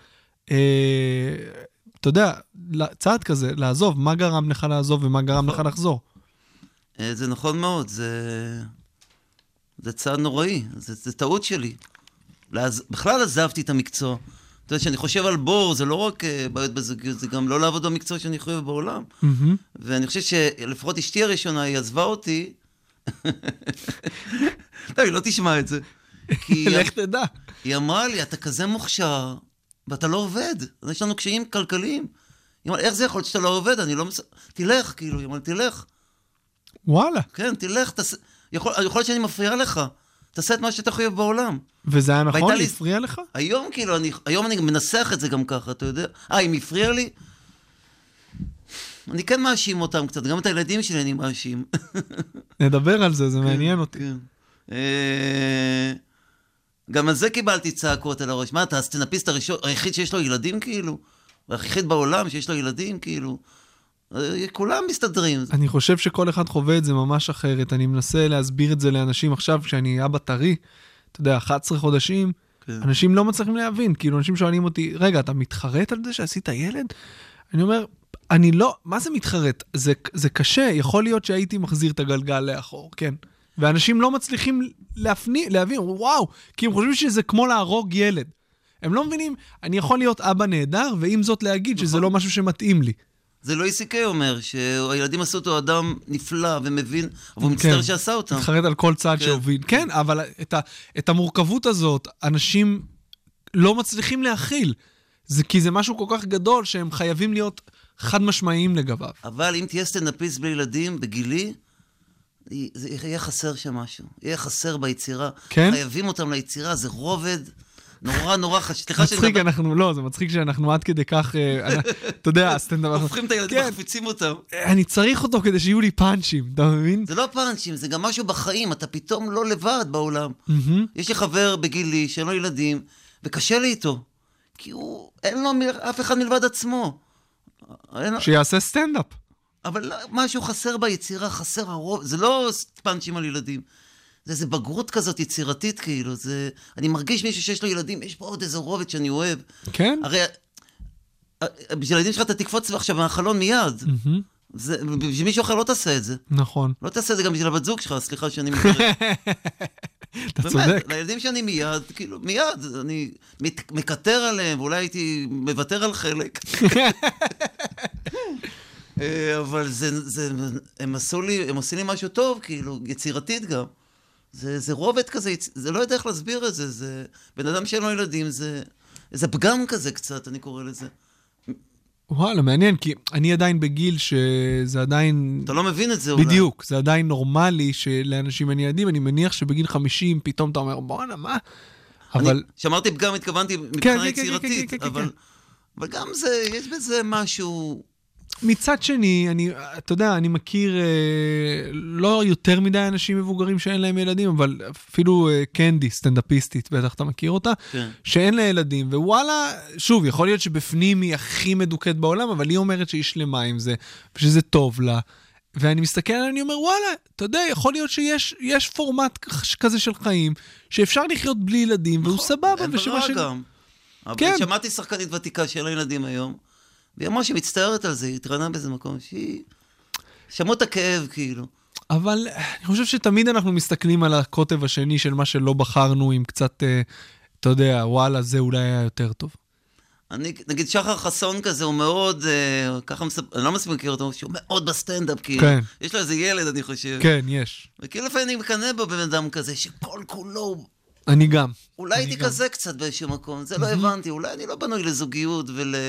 אתה יודע, צעד כזה, לעזוב, מה גרם לך לעזוב ומה גרם לך לחזור? זה נכון מאוד, זה צעד נוראי, זה טעות שלי. בכלל עזבתי את המקצוע. אתה יודע, שאני חושב על בור, זה לא רק בעיות בזוגיות, זה גם לא לעבוד במקצוע שאני חושב בעולם. ואני חושב שלפחות אשתי הראשונה, היא עזבה אותי, לא, היא לא תשמע את זה. לך תדע. היא אמרה לי, אתה כזה מוכשר, ואתה לא עובד. יש לנו קשיים כלכליים. היא אמרה, איך זה יכול להיות שאתה לא עובד? אני לא תלך, כאילו, היא אמרה, תלך. וואלה. כן, תלך, יכול להיות שאני מפריע לך. תעשה את מה שאתה חייב בעולם. וזה היה נכון? להפריע לך? היום, כאילו, היום אני מנסח את זה גם ככה, אתה יודע? אם הפריע לי, אני כן מאשים אותם קצת, גם את הילדים שלי אני מאשים. נדבר על זה, זה מעניין אותי. גם על זה קיבלתי צעקות על הראש. מה, אתה הסטנדאפיסט היחיד שיש לו ילדים, כאילו? והיחיד בעולם שיש לו ילדים, כאילו, כולם מסתדרים. אני חושב שכל אחד חווה את זה ממש אחרת. אני מנסה להסביר את זה לאנשים עכשיו, כשאני אבא טרי, אתה יודע, 11 חודשים, אנשים לא מצליחים להבין. כאילו, אנשים שואלים אותי, רגע, אתה מתחרט על זה שעשית ילד? אני אומר, אני לא, מה זה מתחרט? זה קשה, יכול להיות שהייתי מחזיר את הגלגל לאחור, כן. ואנשים לא מצליחים להבין, וואו, כי הם חושבים שזה כמו להרוג ילד. הם לא מבינים, אני יכול להיות אבא נהדר, ועם זאת להגיד שזה לא משהו שמתאים לי. זה לא איסיקי אומר, שהילדים עשו אותו אדם נפלא ומבין, אבל הוא מצטער שעשה אותם. מתחרט על כל צעד שהוביל. כן, אבל את המורכבות הזאת, אנשים לא מצליחים להכיל. כי זה משהו כל כך גדול, שהם חייבים להיות חד משמעיים לגביו. אבל אם תהיה סטנדאפיסט בלי ילדים, בגילי, יהיה חסר שם משהו. יהיה חסר ביצירה. כן? חייבים אותם ליצירה, זה רובד נורא חשוב. מצחיק, זה מצחיק שאנחנו עד כדי כך, אתה יודע, הסטנדאפ. הופכים את הילדים, מחפיצים אותם. אני צריך אותו כדי שיהיו לי פאנצ'ים, אתה מבין? זה לא פאנצ'ים, זה גם משהו בחיים, אתה פתאום לא לבד בעולם. יש לי חבר בגילי, שאין לו ילדים, וקשה לי איתו. כי אין לו אף אחד מלבד עצמו. שיעשה סטנדאפ. אבל משהו חסר ביצירה, חסר הרוב, זה לא פאנצ'ים על ילדים. זה בגרות כזאת יצירתית כאילו, אני מרגיש מישהו שיש לו ילדים, יש פה עוד איזה רובד שאני אוהב. כן? הרי, בשביל הילדים שלך אתה תקפוץ עכשיו מהחלון מיד. בשביל מישהו אחר לא תעשה את זה. נכון. לא תעשה את זה גם בשביל הבת זוג שלך, סליחה שאני מתאר. אתה צודק. לילדים שאני מיד, כאילו, מיד, אני מקטר עליהם, ואולי הייתי מוותר על חלק. אבל הם עשו לי משהו טוב, כאילו, יצירתית גם. זה רובד כזה, זה לא יודע איך להסביר את זה, זה בן אדם שאין לו ילדים, זה פגם כזה קצת, אני קורא לזה. וואלה, מעניין, כי אני עדיין בגיל שזה עדיין... אתה לא מבין את זה אולי. בדיוק, זה עדיין נורמלי שלאנשים אין ילדים, אני מניח שבגיל 50 פתאום אתה אומר, בוא'נה, מה? אבל... שאמרתי פגם, התכוונתי מבחינה יצירתית, אבל גם זה, יש בזה משהו... מצד שני, אתה יודע, אני מכיר לא יותר מדי אנשים מבוגרים שאין להם ילדים, אבל אפילו קנדי, סטנדאפיסטית, בטח אתה מכיר אותה, שאין לה ילדים, ווואלה, שוב, יכול להיות שבפנים היא הכי מדוקת בעולם, אבל היא אומרת שהיא שלמה עם זה, ושזה טוב לה, ואני מסתכל עליה, אני אומר, וואלה, אתה יודע, יכול להיות שיש פורמט כזה של חיים, שאפשר לחיות בלי ילדים, והוא סבבה, אין ברע גם. אבל שמעתי שחקנית ותיקה של הילדים היום, והיא אמרה שהיא מצטערת על זה, היא התרענה באיזה מקום, שהיא... שמעו את הכאב, כאילו. אבל אני חושב שתמיד אנחנו מסתכלים על הקוטב השני של מה שלא בחרנו, עם קצת, אתה יודע, וואלה, זה אולי היה יותר טוב. נגיד שחר חסון כזה, הוא מאוד, ככה אני לא מספיק מכיר אותו, שהוא מאוד בסטנדאפ, כאילו. כן. יש לו איזה ילד, אני חושב. כן, יש. וכאילו לפעמים אני מקנא בו בן אדם כזה, שכל כולו... אני גם. אולי הייתי כזה קצת באיזשהו מקום, זה לא הבנתי, אולי אני לא בנוי לזוגיות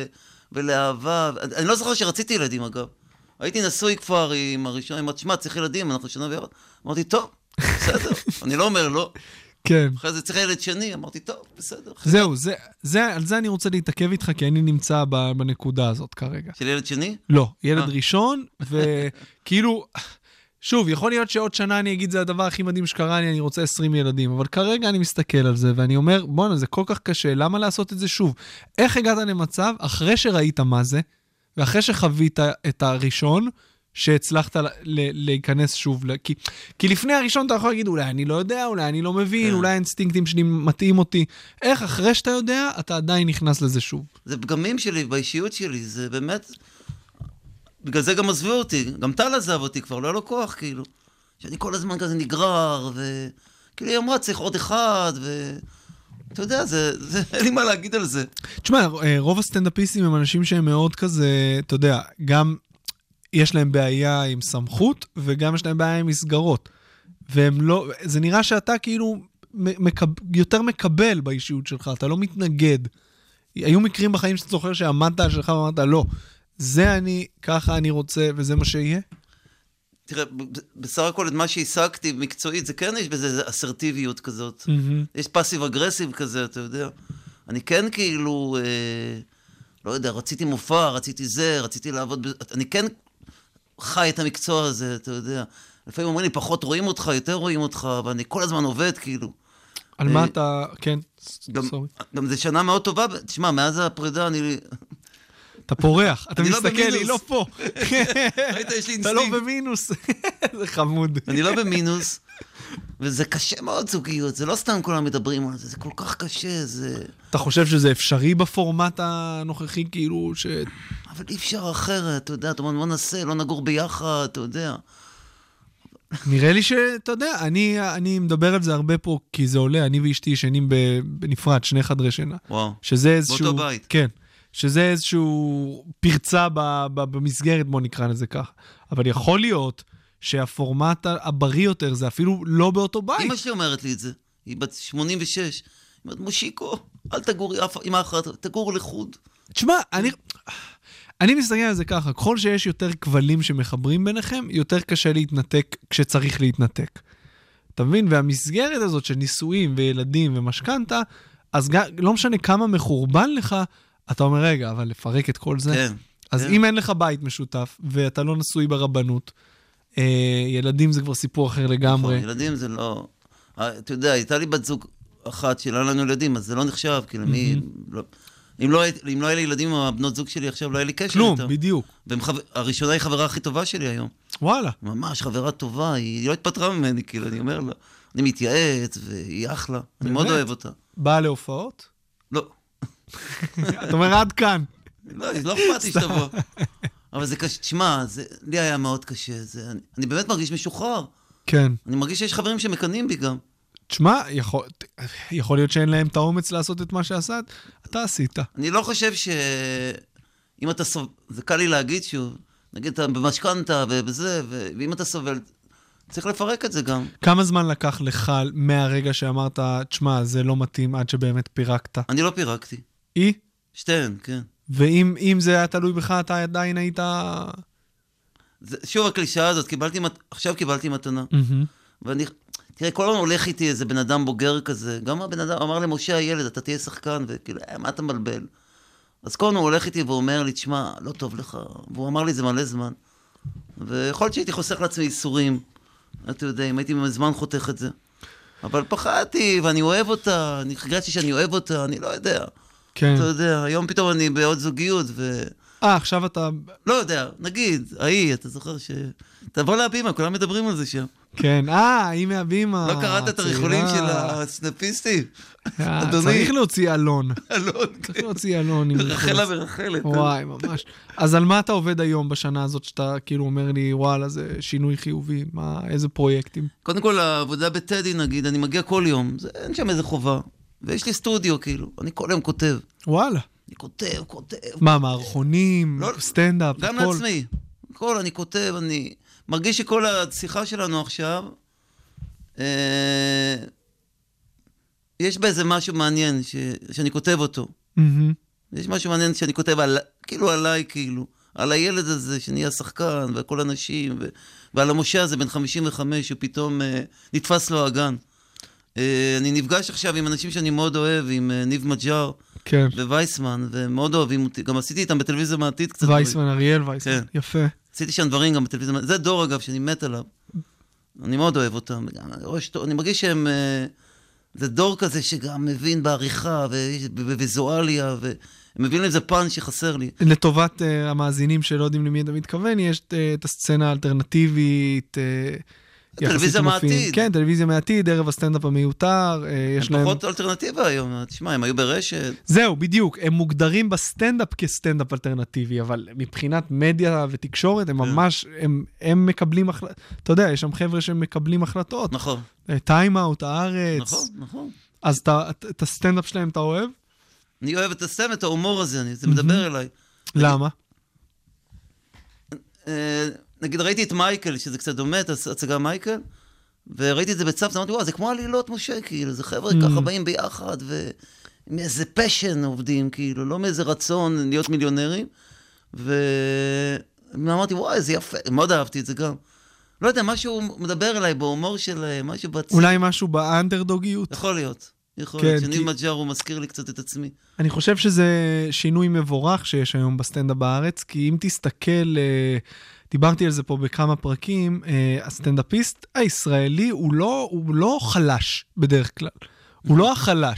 ולאהבה. אני לא זוכר שרציתי ילדים, אגב. הייתי נשוי כבר עם הראשון, אמרתי, שמע, צריך ילדים, אנחנו שנה וירד. אמרתי, טוב, בסדר. אני לא אומר לא. כן. אחרי זה צריך ילד שני, אמרתי, טוב, בסדר. זהו, על זה אני רוצה להתעכב איתך, כי אני נמצא בנקודה הזאת כרגע. של ילד שני? לא, ילד ראשון, וכאילו, שוב, יכול להיות שעוד שנה אני אגיד, זה הדבר הכי מדהים שקרה לי, אני רוצה 20 ילדים, אבל כרגע אני מסתכל על זה, ואני אומר, בוא'נה, זה כל כך קשה, למה לעשות את זה שוב? איך הגעת למצב, אחרי שראית מה זה, ואחרי שחווית את הראשון, שהצלחת להיכנס שוב, כי לפני הראשון אתה יכול להגיד, אולי אני לא יודע, אולי אני לא מבין, אולי האינסטינקטים שלי מתאים אותי. איך אחרי שאתה יודע, אתה עדיין נכנס לזה שוב? זה פגמים שלי, באישיות שלי, זה באמת... בגלל זה גם עזבו אותי, גם טל עזב אותי כבר, לא היה לו כוח, כאילו. שאני כל הזמן כזה נגרר, וכאילו היא אמרה, צריך עוד אחד, אתה יודע, אין לי מה להגיד על זה. תשמע, רוב הסטנדאפיסטים הם אנשים שהם מאוד כזה, אתה יודע, גם יש להם בעיה עם סמכות, וגם יש להם בעיה עם מסגרות. והם לא, זה נראה שאתה כאילו יותר מקבל באישיות שלך, אתה לא מתנגד. היו מקרים בחיים שאתה זוכר שעמדת על שלך ואמרת, לא, זה אני, ככה אני רוצה, וזה מה שיהיה? תראה, בסך הכל את מה שהשגתי מקצועית, זה כן יש בזה אסרטיביות כזאת. יש פאסיב אגרסיב כזה, אתה יודע. אני כן כאילו, לא יודע, רציתי מופע, רציתי זה, רציתי לעבוד, אני כן חי את המקצוע הזה, אתה יודע. לפעמים אומרים לי, פחות רואים אותך, יותר רואים אותך, ואני כל הזמן עובד, כאילו. על מה אתה, כן, גם זה שנה מאוד טובה, תשמע, מאז הפרידה אני... אתה פורח, אתה אני לא מסתכל, במינוס. היא לא פה. ראית, יש לי אתה לא אינסטינקט. במינוס. זה חמוד. אני לא במינוס, וזה קשה מאוד זוגיות, זה לא סתם כולם מדברים על זה, זה כל כך קשה, זה... אתה חושב שזה אפשרי בפורמט הנוכחי, כאילו ש... אבל אי אפשר אחרת, אתה יודע, אתה אומר, בוא נעשה, לא נגור ביחד, אתה יודע. נראה לי שאתה יודע, אני מדבר על זה הרבה פה, כי זה עולה, אני ואשתי ישנים בנפרד, 2 חדרי שינה. וואו, שזה איזשהו... באותו בית. כן. שזה איזשהו פרצה במסגרת, בוא נקרא לזה ככה. אבל יכול להיות שהפורמט הבריא יותר זה אפילו לא באותו בית. אמא שלי אומרת לי את זה, היא בת 86, היא אומרת, מושיקו, אל תגור עם האחרת, תגור לחוד. תשמע, אני מסתכל על זה ככה, ככל שיש יותר כבלים שמחברים ביניכם, יותר קשה להתנתק כשצריך להתנתק. אתה מבין? והמסגרת הזאת של נישואים וילדים ומשכנתה, אז לא משנה כמה מחורבן לך, אתה אומר, רגע, אבל לפרק את כל זה? כן. אז אם אין לך בית משותף, ואתה לא נשוי ברבנות, ילדים זה כבר סיפור אחר לגמרי. נכון, ילדים זה לא... אתה יודע, הייתה לי בת זוג אחת שלא לנו ילדים, אז זה לא נחשב, כאילו, אם לא היה לי ילדים עם הבנות זוג שלי עכשיו, לא היה לי קשר איתם. כלום, בדיוק. הראשונה היא חברה הכי טובה שלי היום. וואלה. ממש חברה טובה, היא לא התפטרה ממני, כאילו, אני אומר לה, אני מתייעץ, והיא אחלה, אני מאוד אוהב אותה. באה להופעות? לא. אתה אומר, עד כאן. לא אכפת לי שתבוא. אבל זה קשה, תשמע, לי היה מאוד קשה, אני באמת מרגיש משוחרר. כן. אני מרגיש שיש חברים שמקנאים בי גם. תשמע, יכול להיות שאין להם את האומץ לעשות את מה שעשת, אתה עשית. אני לא חושב אם אתה סובל, זה קל לי להגיד שוב, נגיד אתה במשכנתה ובזה, ואם אתה סובל, צריך לפרק את זה גם. כמה זמן לקח לך מהרגע שאמרת, תשמע, זה לא מתאים עד שבאמת פירקת? אני לא פירקתי. היא? שתיהן, כן. ואם זה היה תלוי בך, אתה עדיין היית... שוב הקלישאה הזאת, עכשיו קיבלתי מתנה. ואני, תראה, כל הזמן הולך איתי איזה בן אדם בוגר כזה, גם הבן אדם אמר למשה הילד, אתה תהיה שחקן, וכאילו, מה אתה מבלבל? אז כל הזמן הוא הולך איתי ואומר לי, תשמע, לא טוב לך, והוא אמר לי זה מלא זמן. ויכול להיות שהייתי חוסך לעצמי איסורים, אתה יודע, אם הייתי מזמן חותך את זה. אבל פחדתי, ואני אוהב אותה, אני חגרתי שאני אוהב אותה, אני לא יודע. כן. אתה יודע, היום פתאום אני בעוד זוגיות, עכשיו אתה... לא יודע, נגיד, אתה זוכר תבוא להבימה, כולם מדברים על זה שם. כן, היא מהבימה. לא קראת את הריחולים של הסנאפיסטים? אדוני. צריך להוציא אלון. אלון. צריך להוציא אלון. רחלה ורחלת. וואי, ממש. אז על מה אתה עובד היום בשנה הזאת, שאתה כאילו אומר לי, וואלה, זה שינוי חיובי, איזה פרויקטים? קודם כל, העבודה בטדי, נגיד, אני מגיע כל יום, אין שם איזה חובה. ויש לי סטודיו, כאילו, אני כל יום כותב. וואלה. אני כותב. מה, מערכונים, סטנדאפ, גם הכל? לעצמי. הכל, אני כותב, אני מרגיש שכל השיחה שלנו עכשיו, יש באיזה משהו מעניין שאני כותב אותו. יש משהו מעניין שאני כותב כאילו עליי, כאילו, על הילד הזה שנהיה שחקן, וכל אנשים, ועל המשה הזה בן 55, שהוא פתאום נתפס לו הגן. אני נפגש עכשיו עם אנשים שאני מאוד אוהב, עם ניב מג'אר, כן. ווייסמן, ומאוד אוהבים אותי. גם עשיתי איתם בטלוויזיה מעתיד קצת. וייסמן, אריאל וייסמן, כן. יפה. עשיתי שם דברים גם בטלוויזיה מעתיד. זה דור אגב שאני מת עליו. אני מאוד אוהב אותם. אני מרגיש שהם... זה דור כזה שגם מבין בעריכה וויזואליה, והם מבינים איזה פן שחסר לי. לטובת המאזינים שלא יודעים למי אתה מתכוון, יש את הסצנה האלטרנטיבית, טלוויזיה מעתיד. כן, טלוויזיה מעתיד, ערב הסטנדאפ המיותר. הם פחות אלטרנטיבה היום, תשמע, הם היו ברשת. זהו, בדיוק, הם מוגדרים בסטנדאפ כסטנדאפ אלטרנטיבי, אבל מבחינת מדיה ותקשורת, הם ממש, הם מקבלים החלטות, אתה יודע, יש שם חבר'ה שמקבלים החלטות. נכון. טיים-אאוט, הארץ. נכון. אז את הסטנדאפ שלהם אתה אוהב? אני אוהב את הסטנדאפ, את ההומור הזה, זה מדבר אליי. למה? נגיד, ראיתי את מייקל, שזה קצת דומה, את הצגה מייקל, וראיתי את זה בצוות, אמרתי, וואו, זה כמו עלילות משה, כאילו, זה חבר'ה ככה באים ביחד, ומאיזה פשן עובדים, כאילו, לא מאיזה רצון להיות מיליונרים, ואמרתי, וואו, איזה יפה, מאוד אהבתי את זה גם. לא יודע, משהו מדבר אליי בהומור שלהם, משהו בצד. אולי משהו באנדרדוגיות? יכול להיות. כן, שניב מג'אר הוא מזכיר לי קצת את עצמי. אני חושב שזה שינוי מבורך שיש היום בסטנדאפ בארץ, כי אם תסתכל, דיברתי על זה פה בכמה פרקים, הסטנדאפיסט הישראלי הוא לא חלש בדרך כלל. הוא לא החלש.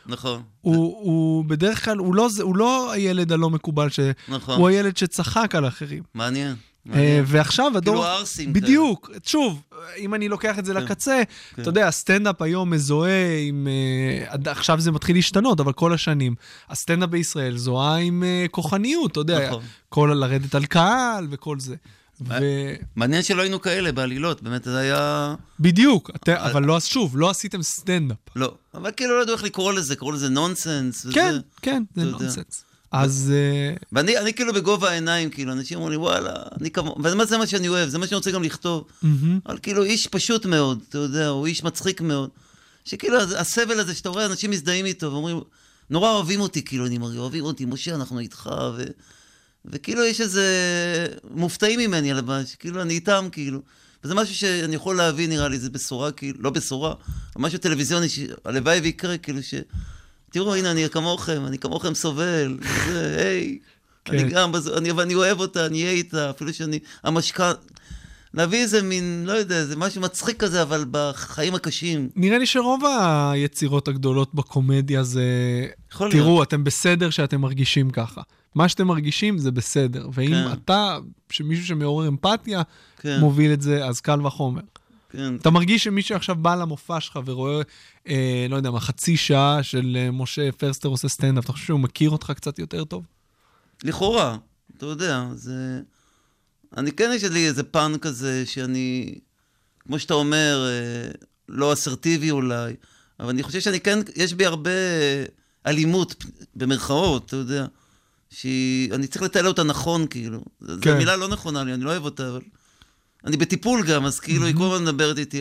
נכון. הוא בדרך כלל, הוא לא הילד הלא מקובל, הוא הילד שצחק על אחרים. מעניין. ועכשיו הדור... כאילו ארסים. בדיוק. שוב, אם אני לוקח את זה לקצה, אתה יודע, הסטנדאפ היום מזוהה עם... עכשיו זה מתחיל להשתנות, אבל כל השנים. הסטנדאפ בישראל זוהה עם כוחניות, אתה יודע, כל לרדת על קהל וכל זה. מעניין שלא היינו כאלה בעלילות, באמת זה היה... בדיוק, אבל לא, שוב, לא עשיתם סטנדאפ. לא, אבל כאילו לא ידעו איך לקרוא לזה, קראו לזה נונסנס. כן, כן, זה נונסנס. אז... ואני כאילו בגובה העיניים, כאילו, אנשים אומרים לי, וואלה, אני כמו... וזה מה שאני אוהב, זה מה שאני רוצה גם לכתוב. אבל כאילו, איש פשוט מאוד, אתה יודע, הוא איש מצחיק מאוד. שכאילו, הסבל הזה שאתה רואה, אנשים מזדהים איתו, ואומרים, נורא אוהבים אותי, כאילו, אני מראה, אוהבים אותי, משה, אנחנו איתך, וכאילו, יש איזה... מופתעים ממני על הבש, כאילו, אני איתם, כאילו. וזה משהו שאני יכול להבין, נראה לי, זה בשורה, כאילו, לא בשורה, משהו טלוויזיוני, הלוואי ויקרה, כאילו, תראו, הנה, אני כמוכם סובל, היי, אני אוהב אותה, אני אהיה איתה, אפילו שאני, המשקע, להביא איזה מין, לא יודע, זה משהו מצחיק כזה, אבל בחיים הקשים. נראה לי שרוב היצירות הגדולות בקומדיה זה, תראו, אתם בסדר שאתם מרגישים ככה. מה שאתם מרגישים זה בסדר, ואם אתה, שמישהו שמעורר אמפתיה, מוביל את זה, אז קל וחומר. אתה מרגיש שמי שעכשיו בא למופע שלך ורואה, לא יודע מה, חצי שעה של משה פרסטר עושה סטנדאפ, אתה חושב שהוא מכיר אותך קצת יותר טוב? לכאורה, אתה יודע, זה... אני כן יש לי איזה פן כזה שאני, כמו שאתה אומר, לא אסרטיבי אולי, אבל אני חושב שאני כן, יש בי הרבה אלימות במרכאות, אתה יודע, שאני צריך לתאר אותה נכון, כאילו. זו מילה לא נכונה לי, אני לא אוהב אותה, אבל... אני בטיפול גם, אז כאילו היא כל הזמן מדברת איתי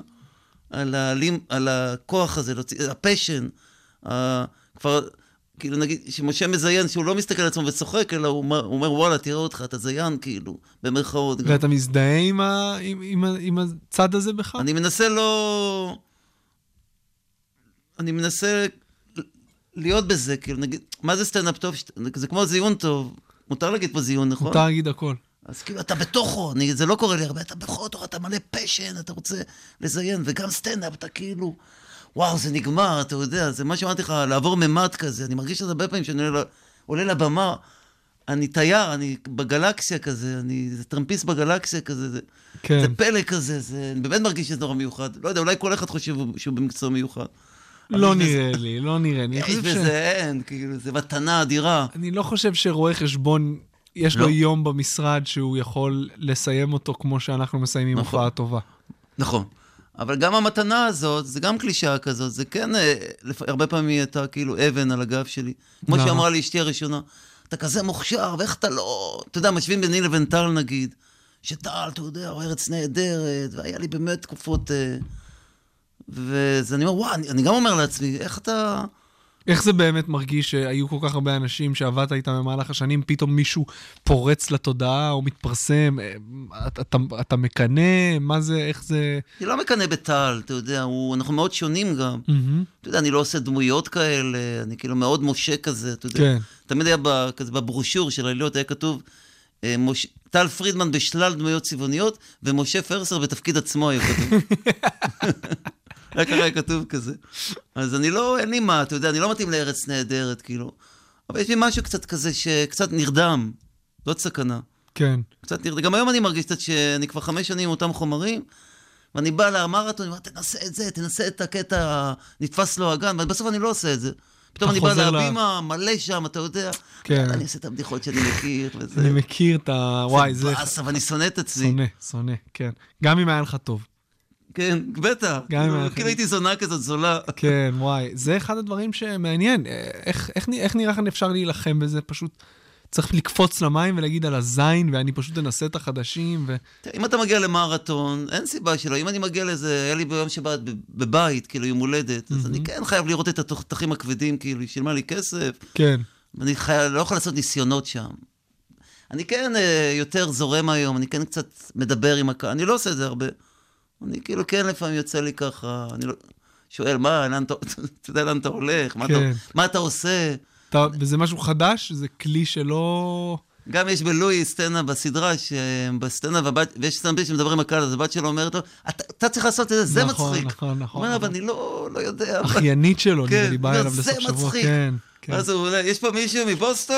על הכוח הזה, הפשן, כבר, כאילו נגיד, שמשה מזיין, שהוא לא מסתכל על עצמו וצוחק, אלא הוא אומר, וואלה, תראה אותך, אתה זיין, כאילו, במרכאות. ואתה מזדהה עם הצד הזה בך? אני מנסה להיות בזה, כאילו, נגיד, מה זה סטנדאפ טוב? זה כמו זיון טוב, מותר להגיד פה זיון, נכון? מותר להגיד הכל. אז כאילו, אתה בתוכו, זה לא קורה לי הרבה, אתה בתוכו, אתה מלא פשן, אתה רוצה לזיין, וגם סטנדאפ, אתה כאילו, וואו, זה נגמר, אתה יודע, זה מה שאמרתי לך, לעבור ממד כזה, אני מרגיש שזה הרבה פעמים שאני עולה לבמה, אני תייר, אני בגלקסיה כזה, זה טרמפיסט בגלקסיה כזה, זה פלא כזה, אני באמת מרגיש שזה נורא מיוחד, לא יודע, אולי כל אחד חושב שהוא במקצוע מיוחד. לא נראה לי. יש בזה אין, כאילו, זה מתנה אדירה. אני לא חושב שרואה חשבון... יש לו יום במשרד שהוא יכול לסיים אותו כמו שאנחנו מסיימים הופעה טובה. נכון. אבל גם המתנה הזאת, זה גם קלישאה כזאת, זה כן, הרבה פעמים הייתה כאילו אבן על הגב שלי. כמו שאמרה לי אשתי הראשונה, אתה כזה מוכשר, ואיך אתה לא... אתה יודע, משווים ביני לבין טל נגיד, שטל, אתה יודע, הוא ארץ נהדרת, והיה לי באמת תקופות... ואז אני אומר, וואו, אני גם אומר לעצמי, איך אתה... איך זה באמת מרגיש שהיו כל כך הרבה אנשים שעבדת איתם במהלך השנים, פתאום מישהו פורץ לתודעה או מתפרסם, אתה מקנה, מה זה, איך זה... אני לא מקנה בטל, אתה יודע, אנחנו מאוד שונים גם. אתה יודע, אני לא עושה דמויות כאלה, אני כאילו מאוד משה כזה, אתה יודע. תמיד היה כזה בברושור של העלילות, היה כתוב, טל פרידמן בשלל דמויות צבעוניות, ומשה פרסר בתפקיד עצמו היה כתוב. רק הרי כתוב כזה. אז אני לא, אין לי מה, אתה יודע, אני לא מתאים לארץ נהדרת, כאילו. אבל יש לי משהו קצת כזה שקצת נרדם. זאת סכנה. כן. קצת נרדם. גם היום אני מרגיש קצת שאני כבר 5 שנים עם אותם חומרים, ואני בא למרתון, אני אומר, תנסה את זה, תנסה את הקטע, נתפס לו הגן, ובסוף אני לא עושה את זה. פתאום אני בא להבימה, מלא שם, אתה יודע. כן. אני עושה את הבדיחות שאני מכיר, וזה. אני מכיר את וואי, זה באס, אבל אני שונא את עצמי. שונא, כן. גם אם היה לך טוב. כן, בטח. כאילו הייתי זונה כזאת זולה. כן, וואי. זה אחד הדברים שמעניין. איך נראה כאן אפשר להילחם בזה? פשוט צריך לקפוץ למים ולהגיד על הזין, ואני פשוט אנסה את החדשים. אם אתה מגיע למרתון, אין סיבה שלא. אם אני מגיע לזה, היה לי ביום שבת בבית, כאילו יום הולדת, אז אני כן חייב לראות את התותחים הכבדים, כאילו, שילמה לי כסף. כן. ואני לא יכול לעשות ניסיונות שם. אני כן יותר זורם היום, אני כן קצת מדבר עם הקהל. אני לא עושה את זה הרבה. אני כאילו כן לפעמים יוצא לי ככה, אני לא... שואל, מה, אתה יודע לאן אתה הולך? מה אתה עושה? וזה משהו חדש? זה כלי שלא... גם יש בלואי סצנה בסדרה, שבסצנה, ויש סטנדאפיסט שמדבר עם הקהל, אז הבת שלו אומרת לו, אתה צריך לעשות את זה, זה מצחיק. נכון. הוא אומר, אבל אני לא יודע. אחיינית שלו, נראה לי, באה אליו זה לסוף שבוע. מצחיק. אז הוא אומר, יש פה מישהו מבוסטון?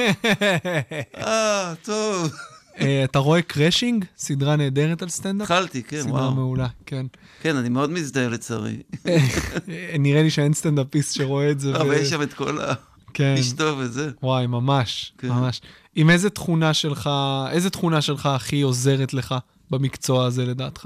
טוב. אתה רואה קרשינג? סדרה נהדרת על סטנדאפ? התחלתי, כן, וואו. סדרה מעולה, כן. כן, אני מאוד מזדהה לצערי. נראה לי שאין סטנדאפיסט שרואה את זה. אבל יש שם את כל לשטוב וזה. וואי, ממש, ממש. עם איזה תכונה שלך הכי עוזרת לך במקצוע הזה לדעתך?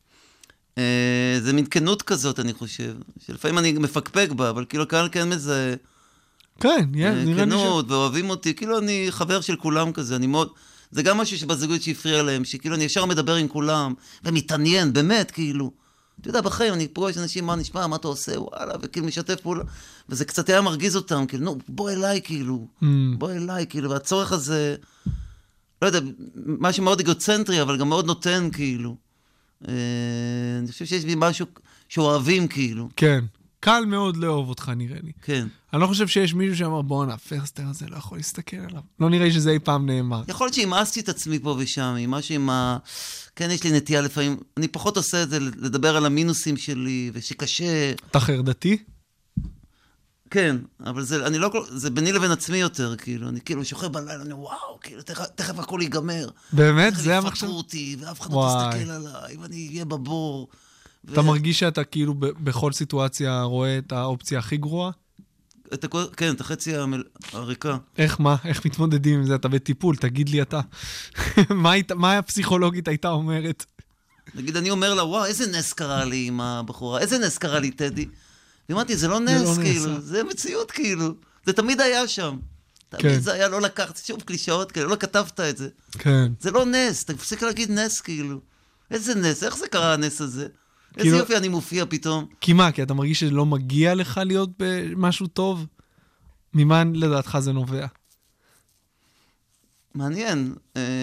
זה מין כנות כזאת, אני חושב. שלפעמים אני מפקפק בה, אבל כאילו קהל כן מזהה. כן, נראה לי כנות, ואוהבים אותי. כאילו אני חבר של כולם כזה, אני מאוד... זה גם משהו שבזוגיות שהפריע להם, שכאילו אני ישר מדבר עם כולם, ומתעניין, באמת, כאילו. אתה יודע, בחיים אני פוגש אנשים, מה נשמע, מה אתה עושה, וואלה, וכאילו משתף פעולה. וזה קצת היה מרגיז אותם, כאילו, נו, בוא אליי, כאילו. בוא אליי, כאילו, והצורך הזה, לא יודע, משהו מאוד אגוצנטרי, אבל גם מאוד נותן, כאילו. אני חושב שיש בי משהו שאוהבים, כאילו. כן. קל מאוד לאהוב אותך, נראה לי. כן. אני לא חושב שיש מישהו שאמר, בואנה, הפרסטר הזה לא יכול להסתכל עליו. לא נראה לי שזה אי פעם נאמר. יכול להיות שהמאסתי את עצמי פה ושם, עם משהו עם כן, יש לי נטייה לפעמים, אני פחות עושה את זה, לדבר על המינוסים שלי, ושקשה. אתה חרדתי? כן, אבל זה ביני לבין עצמי יותר, כאילו, אני כאילו שוכב בלילה, אני וואו, כאילו, תכף הכל ייגמר. באמת? זה המחשב? תכף יפטרו אותי, ואף אחד לא תסתכל עליי, ואני אהיה בבור. אתה מרגיש שאתה כאילו בכל סיטואציה רואה את האופציה הכי גרועה? כן, את החצי הריקה. איך מתמודדים עם זה? אתה בטיפול, תגיד לי אתה. מה הפסיכולוגית הייתה אומרת? נגיד, אני אומר לה, וואו, איזה נס קרה לי עם הבחורה, איזה נס קרה לי, טדי. ואמרתי, זה לא נס, כאילו, זה מציאות, כאילו. זה תמיד היה שם. תמיד זה היה לא לקחת, שוב קלישאות, כאילו, לא כתבת את זה. כן. זה לא נס, אתה מפסיק להגיד נס, כאילו. איזה נס, איך זה קרה הנס הזה? איזה יופי אני מופיע פתאום. כי מה? כי אתה מרגיש שלא מגיע לך להיות במשהו טוב? ממה לדעתך זה נובע? מעניין.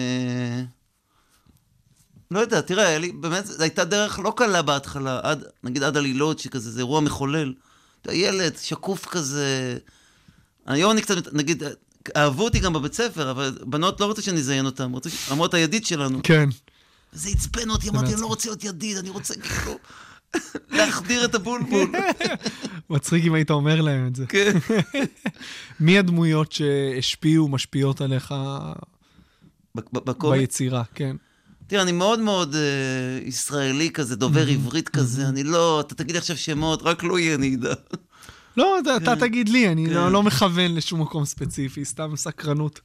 לא יודע, תראה, באמת, זו הייתה דרך לא קלה בהתחלה, נגיד עד עלילות שכזה, זה אירוע מחולל. ילד, שקוף כזה. היום אני קצת, נגיד, אהבו אותי גם בבית ספר, אבל בנות לא רוצה שנזיין אותם, אמרות הידיד שלנו. כן. וזה הצפן אותי, אמרתי, אני לא רוצה להיות ידיד, אני רוצה כאילו להחדיר את הבולבול. מצחיק אם היית אומר להם את זה. כן. מי הדמויות שהשפיעו, משפיעות עליך ביצירה? כן. תראה, אני מאוד מאוד ישראלי כזה, דובר עברית כזה, אני לא, אתה תגיד לי עכשיו שמות, רק לא יהיה נהידה. לא, אתה תגיד לי, אני לא מכוון לשום מקום ספציפי, סתם סקרנות.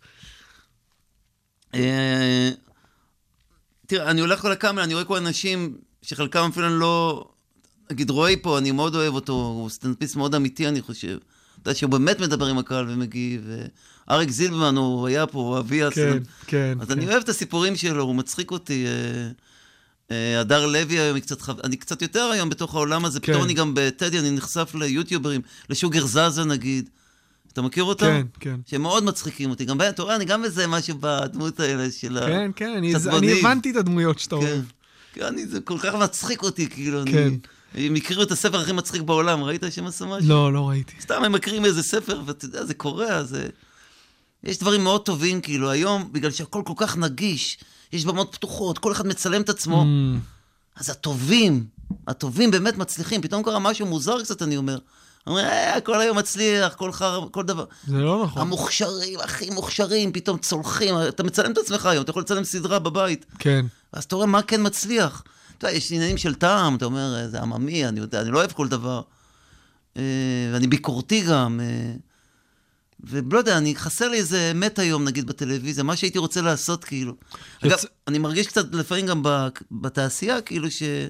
תראה, אני הולך כל הקאמרה, אני רואה כל אנשים שחלקם אפילו לא... נגיד, רועי פה, אני מאוד אוהב אותו, הוא סטנדאפיסט מאוד אמיתי, אני חושב. אתה יודע שהוא באמת מדבר עם הקהל ומגיב, אריק זילברמן, הוא היה פה, הוא אבי כן, כן. אז אני אוהב את הסיפורים שלו, הוא מצחיק אותי. הדר לוי היום, אני קצת יותר היום בתוך העולם הזה, פתאום אני גם בטדי, אני נחשף ליוטיוברים, לשוגר זזה נגיד. אתה מכיר אותם? כן, כן. שהם מאוד מצחיקים אותי. גם אתה רואה, אני גם איזה משהו בדמות האלה של כן, כן, אני הבנתי את הדמויות שאתה אוהב. כן, זה כל כך מצחיק אותי, כאילו, הם הקריאו את הספר הכי מצחיק בעולם, ראית שהם עשו משהו? לא, לא ראיתי. סתם הם מקריאים איזה ספר, ואתה יודע, זה קורה, יש דברים מאוד טובים, כאילו, היום, בגלל שהכל כל כך נגיש, יש במות פתוחות, כל אחד מצלם את עצמו, אז הטובים באמת מצליחים, פתאום קרה משהו מוזר קצת, אני אומר, כל היום מצליח, כל דבר. זה לא נכון. המוכשרים, הכי מוכשרים, פתאום צולחים, אתה מצלם את עצמך היום, אתה יכול לצלם סדרה בבית. כן. אז אתה רואה מה כן מצליח. אתה יודע, יש עניינים של טעם, אתה אומר, זה עממי, אני יודע, אני לא אוהב כל דבר. ואני ביקורתי גם. ולא יודע, חסר לי איזה אמת היום, נגיד, בטלוויזיה, מה שהייתי רוצה לעשות, כאילו. אגב, אני מרגיש קצת לפעמים גם בתעשייה, כאילו,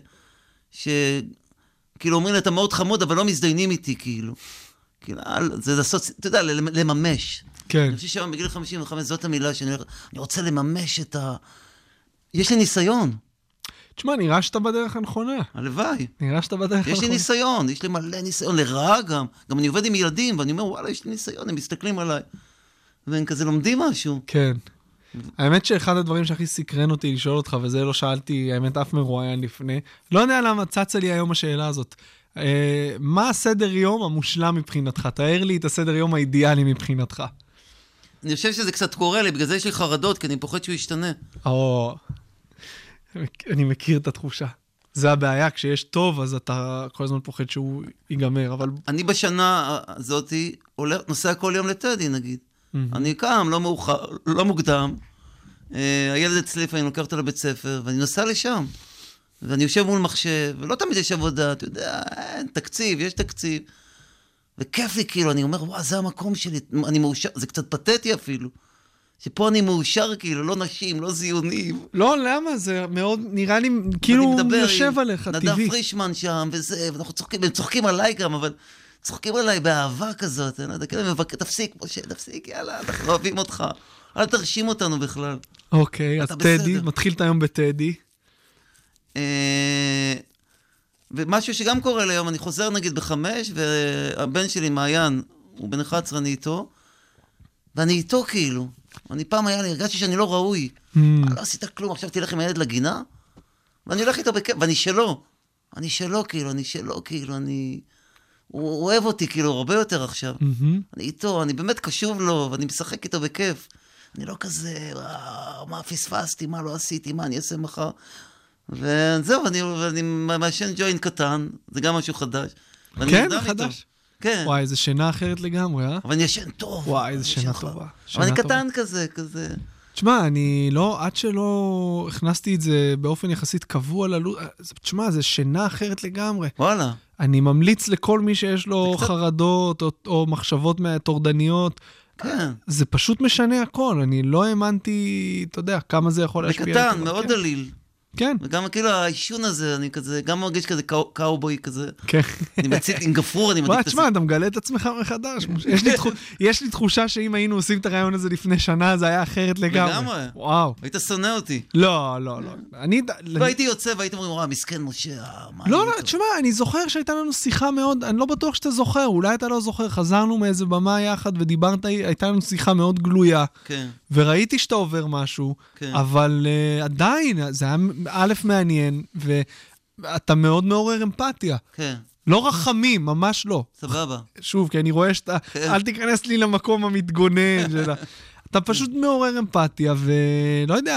כאילו אומרים לי, אתה מאוד חמוד, אבל לא מזדיינים איתי, כאילו. זה לעשות, אתה יודע, לממש. כן. אני חושב שהיום בגיל 55, זאת המילה שאני רוצה לממש את יש לי ניסיון. תשמע, נראה שאתה בדרך הנכונה. הלוואי. נראה שאתה בדרך הנכונה. יש לי ניסיון, יש לי מלא ניסיון, לרעה גם. גם אני עובד עם ילדים, ואני אומר, וואלה, יש לי ניסיון, הם מסתכלים עליי. והם כזה לומדים משהו. כן. האמת שאחד הדברים שהכי סקרן אותי לשאול אותך, וזה לא שאלתי, האמת אף מרואיין לפני, לא יודע למה צצה לי היום השאלה הזאת. מה הסדר יום המושלם מבחינתך? תאר לי את הסדר יום האידיאלי מבחינתך. אני חושב שזה קצת קורה לי, בגלל זה יש לי חרדות, כי אני פוחד שהוא ישתנה. אני מכיר את התחושה. זה הבעיה, כשיש טוב, אז אתה כל הזמן פוחד שהוא ייגמר, אבל... אני בשנה הזאת נוסע כל יום לטדי, נגיד. אני קם, לא מאוחר, לא מוקדם. הילד אצלי, אני לוקח אותו לבית ספר, ואני נוסע לשם. ואני יושב מול מחשב, ולא תמיד יש עבודה, אתה יודע, אין תקציב, יש תקציב. וכיף לי, כאילו, אני אומר, וואו, זה המקום שלי, אני מאושר, זה קצת פתטי אפילו. שפה אני מאושר, כאילו, לא נשים, לא זיונים. לא, למה? זה מאוד, נראה לי, כאילו, יושב עליך, טבעי. נדב פרישמן שם, וזה, ואנחנו צוחקים, הם צוחקים עליי גם, אבל צוחקים עליי באהבה כזאת, אני יודע, כאילו, תפסיק, משה, תפסיק, יאללה, אנחנו אוהבים אותך. אל תרשים אותנו בכלל. אוקיי, אז טדי, מתחיל את היום בטדי. ומשהו שגם קורה ליום, אני חוזר נגיד ב5, והבן שלי, מעיין, הוא בן 11, אני איתו, ואני איתו כאילו. אני פעם היה לי, הרגשתי שאני לא ראוי. לא עשית כלום, עכשיו תלך עם הילד לגינה, ואני הולך איתו בכיף, ואני שלו. אני שלו כאילו, הוא אוהב אותי כאילו הרבה יותר עכשיו. אני איתו, אני באמת קשוב לו, ואני משחק איתו בכיף. אני לא כזה, מה פספסתי, מה לא עשיתי, מה אני אעשה מחר. וזהו, ואני מעשן ג'וינט קטן, זה גם משהו חדש. כן, חדש. כן. וואי, איזה שינה אחרת לגמרי, אה? אבל אני ישן טוב. וואי, איזה שינה טובה. אבל אני קטן כזה. תשמע, אני לא, עד שלא הכנסתי את זה באופן יחסית קבוע ללו"ז, תשמע, זה שינה אחרת לגמרי. וואלה. אני ממליץ לכל מי שיש לו חרדות או מחשבות טורדניות, כן. זה פשוט משנה הכל, אני לא האמנתי, אתה יודע, כמה זה יכול להשפיע. בקטן, מאוד דליל. כן. וגם כאילו האישון הזה, אני כזה, גם מרגיש כזה קאובוי כזה. כן. אני מצית עם גפרור, אני מדליק את תשמע, אתה מגלה את עצמך מחדש. יש לי תחושה שאם היינו עושים את הרעיון הזה לפני שנה, זה היה אחרת לגמרי. לגמרי. וואו. היית שונא אותי. לא. והייתי יוצא והייתי אומר, מסכן משה, לא, תשמע, אני זוכר שהייתה לנו שיחה מאוד, אני לא בטוח שאתה זוכר, אולי אתה לא זוכר, חזרנו מאיזה במה יחד ודיברת, הייתה לנו שיחה מאוד גלויה. כן. וראיתי שאתה עובר משהו, אבל עדיין, זה היה א' מעניין, ואתה מאוד מעורר אמפתיה. כן. לא רחמים, ממש לא. סבבה. שוב, כי אני רואה שאתה, אל תיכנס לי למקום המתגונן שלה. אתה פשוט מעורר אמפתיה, ולא יודע,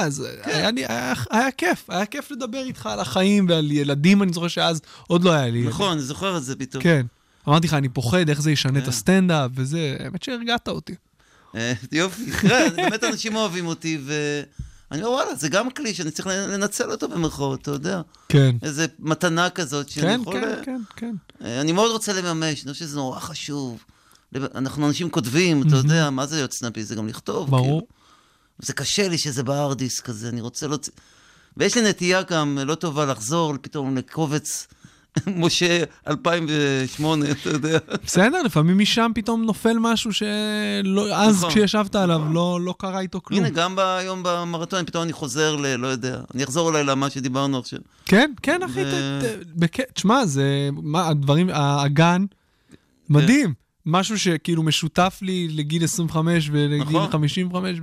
היה כיף לדבר איתך על החיים ועל ילדים, אני זוכר שאז עוד לא היה לי. נכון, אני זוכר את זה פתאום. כן. אמרתי לך, אני פוחד איך זה ישנה את הסטנדאפ, וזה, האמת שהרגעת אותי. יופי, באמת אנשים אוהבים אותי, ואני אומר, וואלה, זה גם כלי שאני צריך לנצל אותו במרכאות, אתה יודע. כן. איזה מתנה כזאת שאני יכול... כן. אני מאוד רוצה לממש, אני חושב שזה נורא חשוב. אנחנו אנשים כותבים, אתה יודע, מה זה להיות סנאפי? זה גם לכתוב. ברור. זה קשה לי שזה בארדיס כזה, אני רוצה להוציא... ויש לי נטייה גם לא טובה לחזור פתאום לקובץ משה 2008, אתה יודע. בסדר, לפעמים משם פתאום נופל משהו אז כשישבת עליו לא קרה איתו כלום. הנה, גם היום במרתון, פתאום אני חוזר לא יודע, אני אחזור אולי למה שדיברנו עכשיו. כן, אחי, תשמע, זה, הדברים, האגן, מדהים. משהו שכאילו משותף לי לגיל 25 ולגיל 55,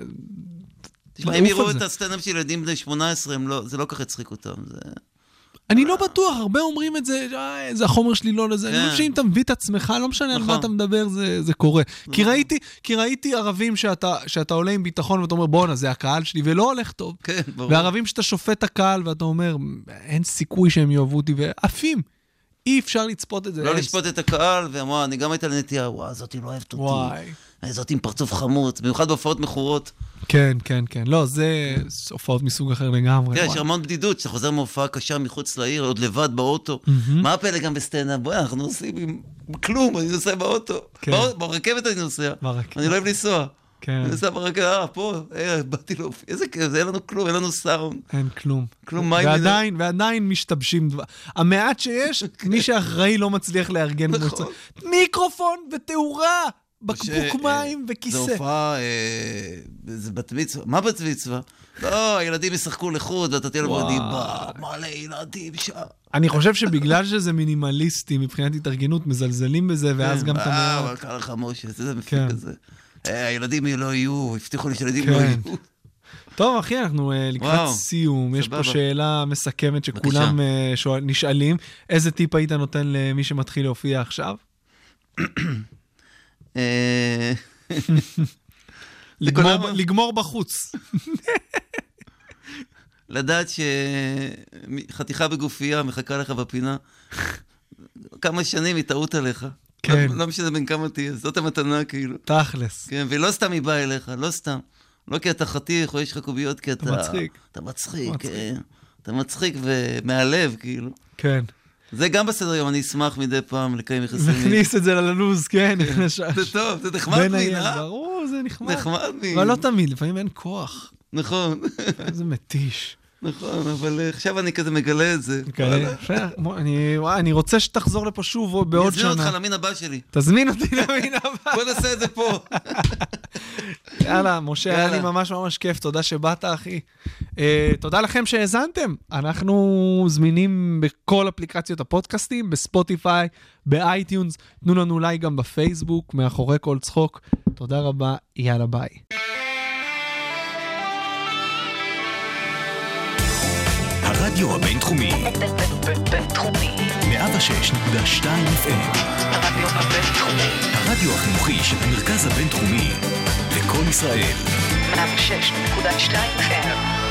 תשמע, אם יראו את הסטנדאפ של ילדים בני 18, זה לא כך יצחיק אותם, זה... אני לא בטוח, הרבה אומרים את זה, זה החומר שלי לא לזה, אני חושב שאם אתה מביא את עצמך, לא משנה על מה אתה מדבר, זה קורה. כי ראיתי ערבים שאתה עולה עם ביטחון ואתה אומר, בואנה, זה הקהל שלי, ולא הולך טוב. וערבים שאתה שופט את הקהל ואתה אומר, אין סיכוי שהם יאהבו אותי, ועפים. אי אפשר לצפות את זה. לא לשפוט את הקהל, ואמרה, אני גם הייתה לנטייה, וואי, זאתי לא אוהבת אותי. זאתי עם פרצוף חמוץ, במיוחד בהופעות מכורות. כן. לא, זה הופעות מסוג אחר לגמרי. כן, יש המון בדידות, שאתה חוזר מהופעה קשה מחוץ לעיר, עוד לבד באוטו. מה הפלא גם בסטנדאפ? בואי, אנחנו נוסעים עם כלום, אני נוסע באוטו. ברכבת אני נוסע. אני לא אוהב לנסוע. אני נוסע ברכבת, פה, באתי להופיע. איזה כיף, אין לנו כלום, אין לנו סאונד. אין כלום. כלום, ועדיין משתבשים דבר. המעט שיש, מי שאחראי לא מצליח לארגן מוצא. מיקרופון ותאורה, בקבוק מים וכיסא. זה הופעה, זה בת מצווה. מה בת מצווה? לא, הילדים ישחקו לחוד, ואתה תהיה לבוא דיבה, מלא ילדים שם. אני חושב שבגלל שזה מינימליסטי, מבחינת התארגנות, מזלזלים בזה, ואז גם אתה... אבל קרא לך משה, זה מפיק כזה. הילדים לא יהיו, הבטיחו לי שילדים לא יהיו. טוב, אחי, אנחנו לקראת סיום. יש פה שאלה מסכמת שכולם נשאלים. איזה טיפ היית נותן למי שמתחיל להופיע עכשיו? לגמור בחוץ. לדעת שחתיכה בגופייה מחכה לך בפינה, כמה שנים היא טעות עליך. כן. לא משנה בין כמה תהיה, זאת המתנה כאילו. תכלס. כן, ולא סתם היא באה אליך, לא סתם. לא כי אתה חתיך או יש לך קוביות, כי אתה... מצחיק. אתה מצחיק, כן. אתה מצחיק ומהלב, כאילו. כן. זה גם בסדר יום, אני אשמח מדי פעם לקיים יחסים. נכניס את זה ללוז, כן. זה טוב, זה נחמד מין, ברור, זה נחמד. נחמד מין. אבל לא תמיד, לפעמים אין כוח. נכון. זה מתיש. נכון, אבל עכשיו אני כזה מגלה את זה. אני רוצה שתחזור לפה שוב בעוד שנה. אני אזמין אותך למין הבא שלי. תזמין אותי למין הבא. בוא נעשה את זה פה. יאללה, משה, היה לי ממש ממש כיף, תודה שבאת, אחי. תודה לכם שהאזנתם. אנחנו זמינים בכל אפליקציות הפודקאסטים, בספוטיפיי, באייטיונס, תנו לנו לייק גם בפייסבוק, מאחורי כל צחוק. תודה רבה, יאללה ביי. הרדיו הבינתחומי. בינתחומי. 106.2 FM. הרדיו הבינתחומי. הרדיו החינוכי של המרכז הבינתחומי. לכל ישראל. 106.2 FM.